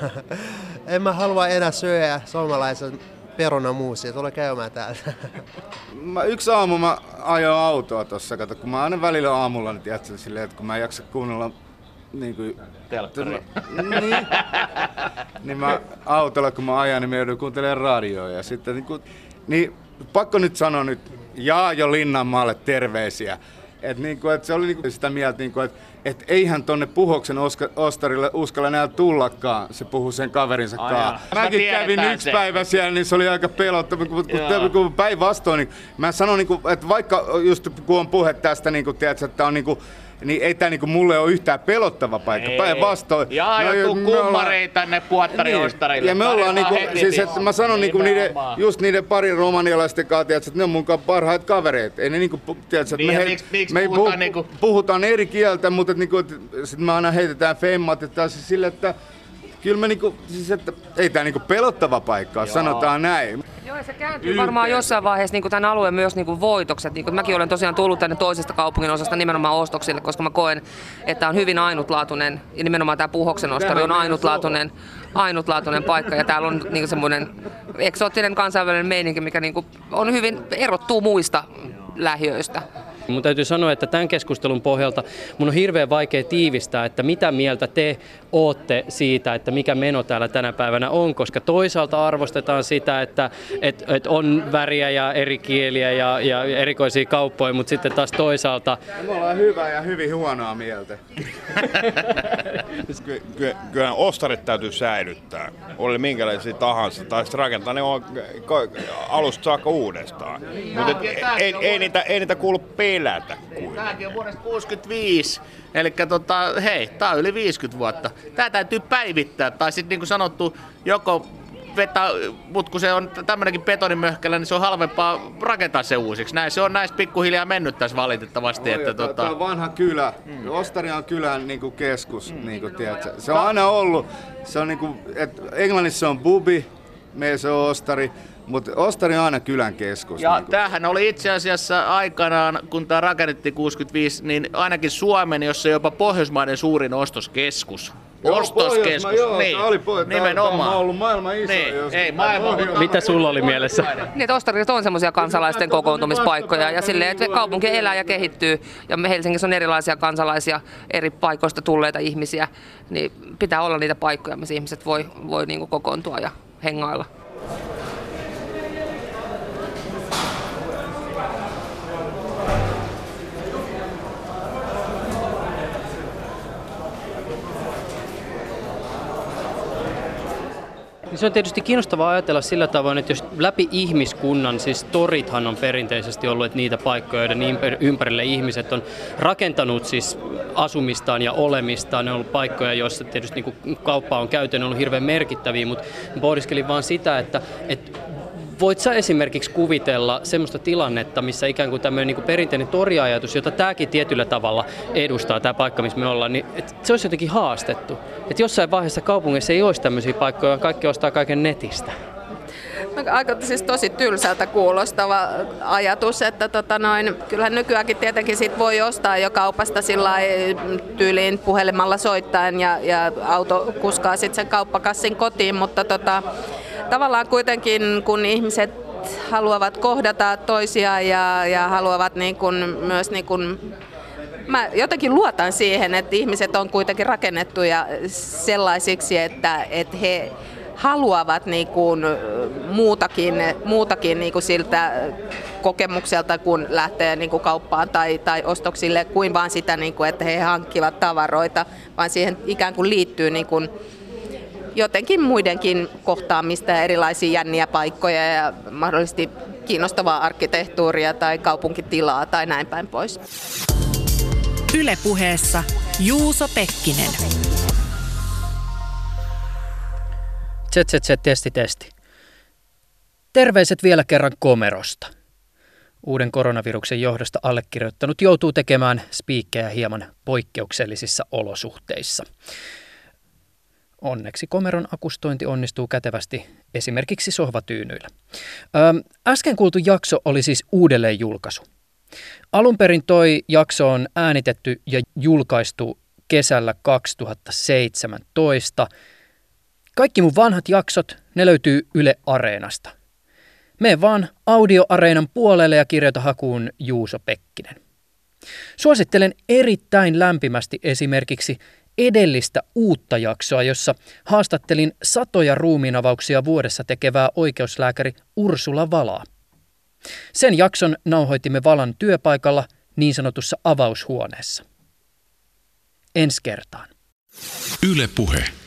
P: en mä halua enää syödä suomalaisen perunamuusia, tule käymään täältä.
F: Yksi aamu mä ajoin autoa tossa, kato, kun mä aina välillä aamulla niin tiedätkö, silleen, että kun mä en jaksa kuunnella niin mä autolla kun mä ajan, niin mä joudun kuuntelemaan radioa ja sitten niin pakko nyt sanoa nyt Jaajo Linnanmaalle terveisiä. Et se oli sitä mieltä, että eihän tonne Puhoksen Ostarille uskalla enää tullakaan, se puhuu sen kaverinsa kanssa. Mäkin kävin yksi päivä siellä, niin se oli aika pelottava, kun päinvastoin. Niin mä sanon, että vaikka just kun on puhe tästä, että on niin ei tää mulle ole yhtään pelottava paikka, päinvastoin.
D: Tuu kummarei tänne Puottari-Ostarille.
F: Ja me ollaan siis että mä sanon niiden parin romanialaisten kanssa, että ne on mun parhaat kavereita. Ei ne että me puhutaan eri kieltä, mutta sit me aina heitetään femmat, että siis sille, että kyllä me siis että ei tää pelottava paikka ole, sanotaan näin.
K: Joo, se kääntyy varmaan jossain vaiheessa tämän alueen myös voitokset. Mäkin olen tosiaan tullut tänne toisesta kaupungin osasta nimenomaan ostoksille, koska mä koen, että on hyvin ainutlaatuinen, ja nimenomaan tämä Puhoksen ostari on ainutlaatuinen paikka, ja täällä on semmoinen eksoottinen kansainvälinen meininki, mikä on hyvin erottuu muista lähiöistä.
M: Mun täytyy sanoa, että tämän keskustelun pohjalta mun on hirveän vaikea tiivistää, että mitä mieltä te ootte siitä, että mikä meno täällä tänä päivänä on, koska toisaalta arvostetaan sitä, että on väriä ja eri kieliä ja erikoisia kauppoja, mutta sitten taas toisaalta...
F: Me ollaan hyvää ja hyvin huonoa mieltä.
L: Kyllä ostarit täytyy säilyttää, oli minkälaisia tahansa, tai sitten rakentaa ne on alusta saakka uudestaan. Mutta ei niitä kuulu pelätä.
D: Tämäkin on vuodesta 1965, eli hei, tää on yli 50 vuotta. Tää täytyy päivittää, tai sitten niin kuin sanottu, joko vetää, mutta kun se on tämmönenkin betonimöhkälä, niin se on halvempaa rakentaa se uusiksi. Näin se on näistä pikkuhiljaa mennyt tässä valitettavasti.
F: Tämä on vanha kylä. Ostari on kylän keskus, tiedätkö. Se on aina ollut. Se on Englannissa on bubi, meillä se on ostari. Mutta Ostari on aina kylän keskus.
D: Ja tämähän oli itse asiassa aikanaan, kun tämä rakennettiin 65, niin ainakin Suomen, jossa jopa Pohjoismaiden suurin ostoskeskus. Ostoskeskus, niin, nimenomaan.
F: Tämä on ollut maailman iso.
D: Niin, ei maailman.
M: Mitä sulla oli mielessä?
K: Niin, että ostarit on semmoisia kansalaisten kokoontumispaikkoja ja silleen, että kaupunki elää ja kehittyy ja Helsingissä on erilaisia kansalaisia, eri paikoista tulleita ihmisiä, niin pitää olla niitä paikkoja, missä ihmiset voi niin kuin kokoontua ja hengailla.
M: Se on tietysti kiinnostavaa ajatella sillä tavoin, että jos läpi ihmiskunnan, siis torithan on perinteisesti ollut että niitä paikkoja, joiden ympärille ihmiset on rakentanut siis asumistaan ja olemistaan. Ne on ollut paikkoja, joissa tietysti niin kauppa on käyty, ne on ollut hirveän merkittäviä, mutta pohdiskelin vaan sitä, että voit sä esimerkiksi kuvitella semmoista tilannetta, missä ikään kuin tämmöinen niin kuin perinteinen toriajatus, jota tämäkin tietyllä tavalla edustaa, tämä paikka, missä me ollaan, niin että se olisi jotenkin haastettu. Että jossain vaiheessa kaupungissa ei olisi tämmöisiä paikkoja, kaikki ostaa kaiken netistä.
G: Aika siis tosi tylsältä kuulostava ajatus, että kyllähän nykyäänkin tietenkin sit voi ostaa jo kaupasta sillä tyyliin puhelimella soittaen ja auto kuskaa sitten sen kauppakassin kotiin, mutta tavallaan kuitenkin, kun ihmiset haluavat kohdata toisiaan ja haluavat myös mä jotenkin luotan siihen, että ihmiset on kuitenkin rakennettuja sellaisiksi, että he haluavat muutakin siltä kokemukselta, kun lähtee kauppaan tai ostoksille, kuin vaan sitä, että he hankkivat tavaroita, vaan siihen ikään kuin liittyy jotenkin muidenkin kohtaamista ja erilaisia jänniä paikkoja ja mahdollisesti kiinnostavaa arkkitehtuuria tai kaupunkitilaa tai näin päin pois.
C: Yle Puheessa Juuso Pekkinen.
B: Testi. Terveiset vielä kerran Komerosta. Uuden koronaviruksen johdosta allekirjoittanut joutuu tekemään spiikkejä hieman poikkeuksellisissa olosuhteissa. Onneksi Komeron akustointi onnistuu kätevästi esimerkiksi sohvatyynyillä. Äsken kuultu jakso oli siis uudelleenjulkaisu. Alun perin toi jakso on äänitetty ja julkaistu kesällä 2017. Kaikki mun vanhat jaksot, ne löytyy Yle Areenasta. Mene vaan Audioareenan puolelle ja kirjoita hakuun Juuso Pekkinen. Suosittelen erittäin lämpimästi esimerkiksi edellistä uutta jaksoa, jossa haastattelin satoja ruumiinavauksia vuodessa tekevää oikeuslääkäri Ursula Valaa. Sen jakson nauhoitimme Valan työpaikalla niin sanotussa avaushuoneessa. Ensi kertaan.
Q: Yle Puhe.